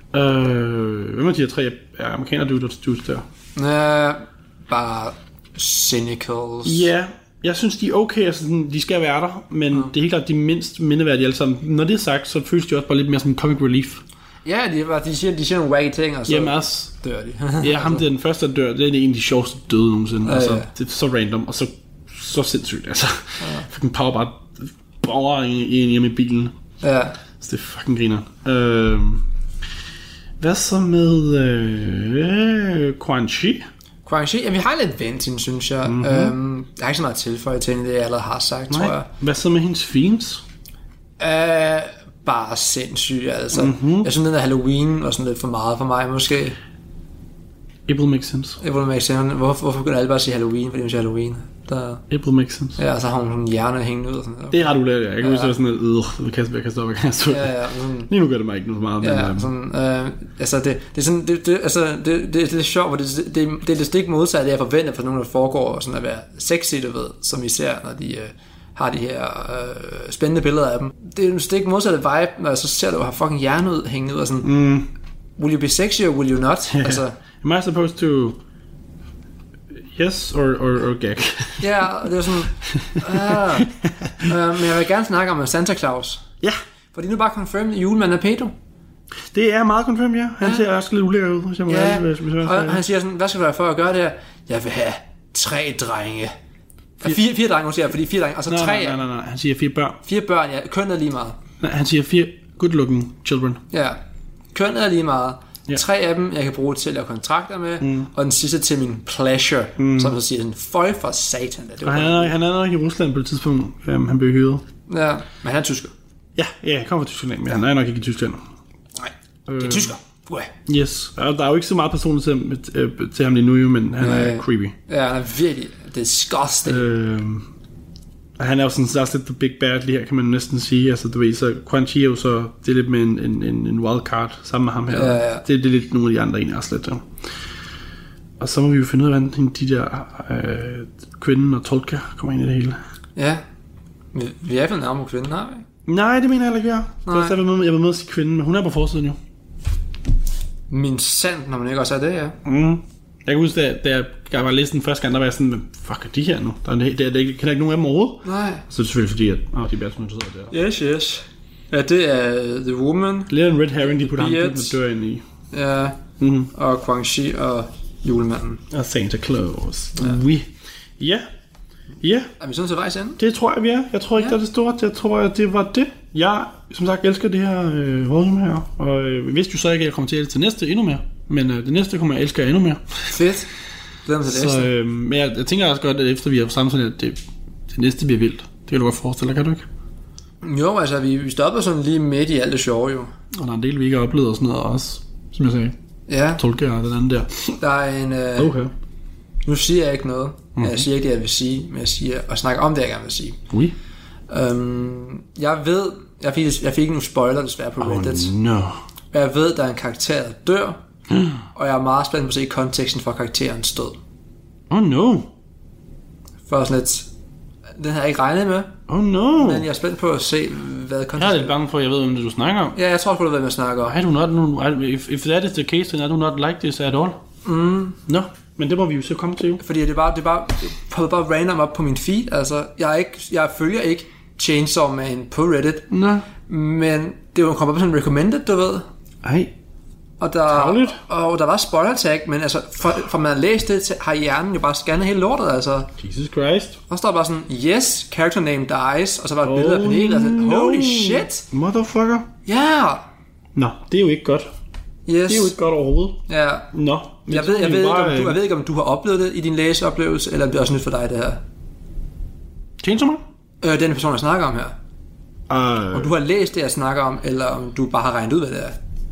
Øh, hvem er de her tre amerikanere dudes der? Uh, bare cynicals. Ja, jeg synes de er okay, altså de skal være der, men mm. det er helt klart de mindst mindeværdige alle sammen. Når det er sagt, så føles de også bare lidt mere som comic relief. Ja, de, de, siger, de siger nogle wacky ting, og så Jamen, også, dør de. Ja, ham det er den første, der dør, det er en af de sjoveste døde nogensinde. Ja, altså, ja. Det er så random, og så, så sindssygt, altså. Ja. Fucking power bare borger en hjemme i bilen. Ja. Så det er fucking griner. Øh, Hvad så med øh, Quang Shi? Quang Shi, ja, vi har lidt ventin, synes jeg. Mm-hmm. Øhm, jeg har ikke så meget tilføje til det, jeg allerede har sagt, Nej. tror jeg. Hvad så med hendes themes? Øh, bare sindssygt, altså. Mm-hmm. Jeg synes, den der Halloween var sådan lidt for meget for mig, måske. It will make sense. It will make sense. Hvorfor, hvorfor begynder alle bare at sige Halloween, fordi hun siger Halloween? Der... It will make sense. Ja, og så har hun sådan en hjerne hængende ud og sådan. Det er ret ulært, ja. Jeg kan huske, ja. sådan noget, øh, jeg kan kaste op, jeg kan stå. Ja, ja. Sådan... Lige nu gør det mig ikke noget meget. Ja, men, sådan, øh, altså det, det er sådan, det, det, altså det, det, det er lidt sjovt, for det, det, det er det stik modsatte, jeg forventer for nogen, der foregår sådan at være sexy, du ved, som vi ser, når de... Øh, har de her øh, spændende billeder af dem. Det er en stik modsatte vibe, når så ser du, har fucking hjerne ud, hængende ud og sådan, mm. will you be sexy or will you not? Yeah. Altså, am I supposed to yes or, or, or gag? Ja, det er sådan, uh, uh, men jeg vil gerne snakke om Santa Claus. Ja. Fordi nu bare confirmed, at julemanden er pedo. Det er meget confirmed, ja. Han ja. ser også lidt ulækker ud. Hvis jeg må ja, have, hvis, hvis jeg og han siger sådan, hvad skal du være for at gøre det her? Jeg vil have tre drenge. Fire, fire, fire drenge, hun siger, fordi fire drenge, og så nej, tre... Nej, nej, nej, nej, han siger fire børn. Fire børn, ja, kønnet er lige meget. Nej, han siger fire good-looking children. Ja, kønnet er lige meget. Ja. Tre af dem, jeg kan bruge til at lave kontrakter med, mm. og den sidste til min pleasure, mm. som så siger sådan, føj for satan. Det og han er, han er nok i Rusland på et tidspunkt, um, han blev hyret. Ja, men han er tysker. Ja, ja, han kommer fra Tyskland, men ja. han er nok ikke i Tyskland. Nej, det er tysker. Uh. Yes, og der er jo ikke så meget personligt til, øh, til ham lige nu, men han ja. er creepy. Ja, han er virkelig disgusting. Øh, og han er jo sådan også lidt the big bad lige her, kan man næsten sige. Altså, du ved, så Quang Shi er jo så, det er lidt med en, en, en wildcard sammen med ham her. Ja, ja. Det, det er lidt nogle af de andre egentlig også lidt. Ja. Og så må vi jo finde ud af, hvordan de der øh, kvinden og Tolka kommer ind i det hele. Ja. Vi, vi er i hvert fald nærmere på kvinden, har vi? Nej, det mener jeg ikke, vi er. Nej. Jeg vil med, jeg vil med at sige kvinden, men hun er på forsiden jo. Min sand, når man ikke også er det, ja. Mm. Jeg kan huske, da, da jeg var læst den første gang, der var jeg sådan, fuck er de her nu? Der er, der, der, der kender ikke nogen af dem overhovedet. Nej. Så er det selvfølgelig fordi, at åh, de er bedre der. Yes, yes. Ja, det er The Woman. Lidt en red herring, de putter ham med døren i. Ja, mm-hmm. Og Quang Shi og julemanden. Og Santa Claus. Ja. Oui. Ja. Ja. Er vi sådan til vejs ende? Det tror jeg, vi er. Jeg tror ikke, ja. det er det store. Jeg tror, at det var det. Jeg, som sagt, elsker det her øh, volume her. Og øh, vidste jo så ikke, at jeg kommer til at elske til næste endnu mere. Men øh, det næste kommer jeg elsker endnu mere. Fedt. Glæder mig til det så, øh, men jeg, jeg tænker også godt, at efter vi har samtidig, at det, det næste bliver vildt. Det kan du godt forestille dig, kan du ikke? Jo, altså vi, vi stopper sådan lige midt i alt det sjove jo. Og der er en del, vi ikke har oplevet og sådan noget også, som jeg sagde. Ja. Tolker og den anden der. Der er en... Øh, okay. Nu siger jeg ikke noget. Mm. Jeg siger ikke det, jeg vil sige, men jeg siger og snakker om det, jeg gerne vil sige. Oui. Øhm, jeg ved... Jeg fik, jeg fik ikke nogen spoiler desværre på Reddit. Oh no. Jeg ved, der er en karakter, der dør. Mm. Og jeg er meget spændt på at se konteksten for karakterens død. Oh no. For sådan lidt... Den har jeg ikke regnet med. Oh no. Men jeg er spændt på at se, hvad konteksten... Jeg er lidt bange for, at jeg ved, om det du snakker om. Ja, jeg tror, du ved, hvad jeg snakker om. I do not know. If, if that is the case, then I do not like this at all. Mm. No. Men det må vi jo så komme til jo. Fordi det er bare, det er bare, det poppede bare random op på min feed. Altså, jeg, er ikke, jeg følger ikke Chainsaw Man på Reddit. Nej. Men det var kommet op sådan en recommended, du ved. Ej. Og der, og der var spoiler tag, men altså, for, for man har læst det, har hjernen jo bare scannet hele lortet, altså. Jesus Christ. Og så står bare sådan, yes, character name dies, og så var et oh billede af panelet, og sådan, holy shit. Motherfucker. Ja. Yeah. Nå, det er jo ikke godt. Yes. Det er jo ikke godt overhovedet. Ja. Nå. Jeg ved, jeg, ved ikke, om du, jeg ved ikke, om du har oplevet det i din læseoplevelse, eller om det er også nyt for dig, det her. Chainsaw Man? Øh, den person, jeg snakker om her. Uh... Om du har læst det, jeg snakker om, eller om du bare har regnet ud, hvad det er.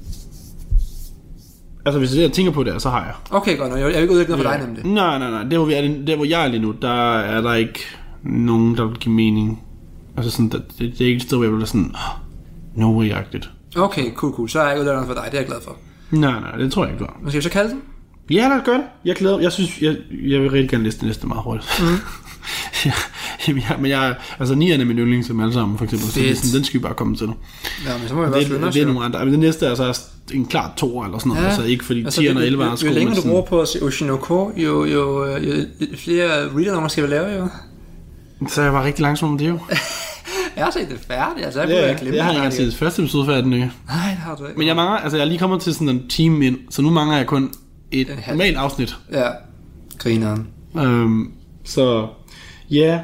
Altså, hvis jeg tænker på det, så har jeg. Okay, godt. Jeg vil ikke udlægge noget for dig, nemlig. Nej, nej, nej. Der hvor, vi er, der, hvor jeg er lige nu, der er der ikke nogen, der vil give mening. Altså, sådan, der, det, det er ikke et sted, hvor jeg vil være sådan, oh, no way-agtigt. Okay, cool, cool. Så er jeg ikke udlægget noget for dig. Det er jeg glad for. Nej, nej, det tror jeg ikke, du har. Hvad skal vi så kalde den? Ja, lad os gøre det. Jeg glæder Jeg synes, jeg, jeg vil rigtig gerne læse det næste meget hurtigt. Mm. ja, ja, men jeg, altså nieren er min yndling som alle sammen, for eksempel. Så det, sådan, den skal vi bare komme til nu. Ja, men så må vi bare det, det, det er nogle andre. Men det næste er så en klar toer eller sådan noget. Ja. Altså ikke fordi altså, tieren og elleve er sko. Jo længere du bruger på at se Oshinoko, jo, jo, jo, jo flere reader-nummer skal vi lave, jo. Så er jeg bare rigtig langsom om det, jo. Jeg har set det færdigt, altså jeg ja, jeg glemme jeg har ikke engang set det første episode færdigt nu. Nej, det har du ikke. Men jeg mangler, altså jeg er lige kommet til sådan en time ind, så nu mangler jeg kun et normalt afsnit. Ja, grineren. Øhm, så, ja. Yeah.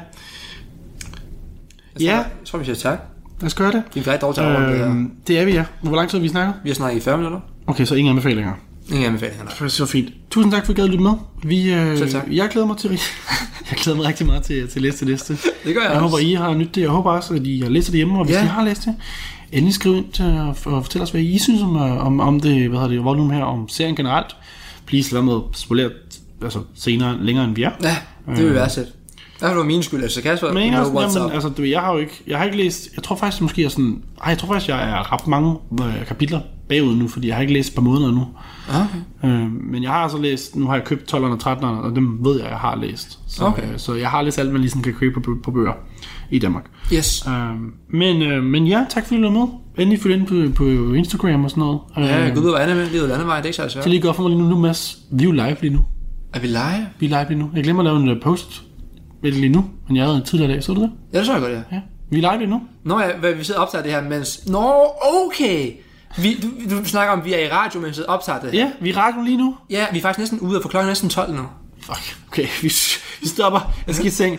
Ja. Jeg tror, vi siger tak. Lad os gøre det. Vi er færdig dog til øhm, det her. Det er vi, ja. Hvor lang tid har vi snakket? Vi har snakket i fyrre minutter. Okay, så ingen anbefalinger. Ingen anbefalinger, nej. Det er så fint. Tusind tak, for at I gad lytte med. Vi, øh, Selv tak. Jeg glæder mig til Jeg glæder mig rigtig meget til, til læse til næste. Det gør jeg Jeg også. håber, I har nydt det. Jeg håber også, at I har læst det hjemme. Og hvis ja. I har læst det, endelig skriv ind til at fortælle os, hvad I synes om, om, om det, hvad hedder det, volume her, om serien generelt. Please lad mig spolere altså, senere, længere end vi er. Ja, det vil være sæt. Det var min skyld, altså Kasper. Men, altså, jamen, altså, du, jeg har jo ikke, jeg har ikke læst, jeg tror faktisk måske, jeg sådan, ej, jeg tror faktisk, jeg er ret mange øh, kapitler bagud nu, fordi jeg har ikke læst et par måneder nu. Okay. Øh, men jeg har altså læst, nu har jeg købt tolverne og trettenerne, og dem ved jeg, jeg har læst. Så, okay. øh, så jeg har læst alt, man ligesom kan købe på, på bøger i Danmark. Yes. Øh, men, øh, men ja, tak fordi I lød med. Endelig følg ind på, på Instagram og sådan noget. Ja, øh, gud ved, hvad er med livet landevej, det er ikke så svært. Så lige godt for mig lige nu, nu Mads, vi er jo live lige nu. Er vi live? Vi er live lige nu. Jeg glemmer at lave en post lige nu, men jeg havde en tidligere dag, så du det? Ja, det så jeg godt, ja. Ja. Vi er live lige nu. Nå ja, vi sidder og optager det her, mens... Nå, okay! Vi, du, du snakker om, at vi er i radio, mens vi sidder og optager det her. Ja, vi er i radio lige nu. Ja, vi er faktisk næsten ude, og for klokken næsten tolv nu. Fuck, okay, vi, vi stopper. Jeg skal i seng.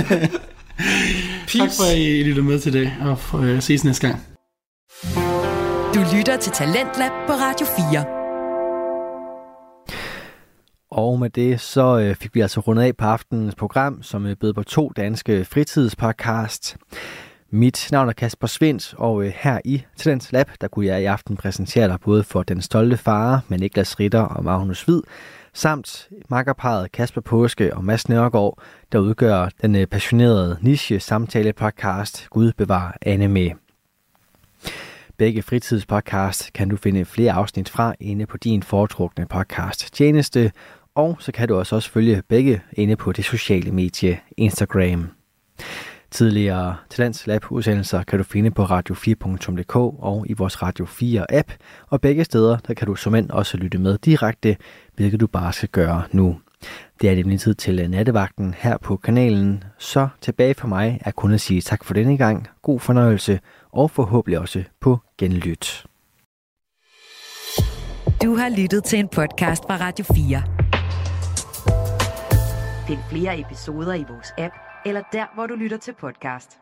Tak for, at I lyttede med til det, og for, uh, ses næste gang. Du lytter til Talentlab på Radio fire. Og med det så øh, fik vi altså rundet af på aftenens program, som øh, bød på to danske fritidspodcast. Mit navn er Kasper Svindt, og øh, her i Talents Lab, der kunne jeg i aften præsentere dig både for Den Stolte Far med Niklas Ritter og Magnus Hvid, samt makkerparret Kasper Påske og Mads Nørgaard, der udgør den øh, passionerede niche-samtale-podcast Gud bevar anime. Begge fritidspodcast kan du finde flere afsnit fra inde på din foretrukne podcast tjeneste, Og så kan du også, også følge begge inde på det sociale medie Instagram. Tidligere Talents Lab-udsendelser kan du finde på radio fire punktum d k og i vores Radio fire-app, og begge steder der kan du som end også lytte med direkte, hvilket du bare skal gøre nu. Det er nemlig tid til nattevagten her på kanalen, så tilbage for mig er kun at sige tak for denne gang, god fornøjelse og forhåbentlig også på genlyt. Du har lyttet til en podcast fra Radio fire. Find flere episoder i vores app, eller der, hvor du lytter til podcast.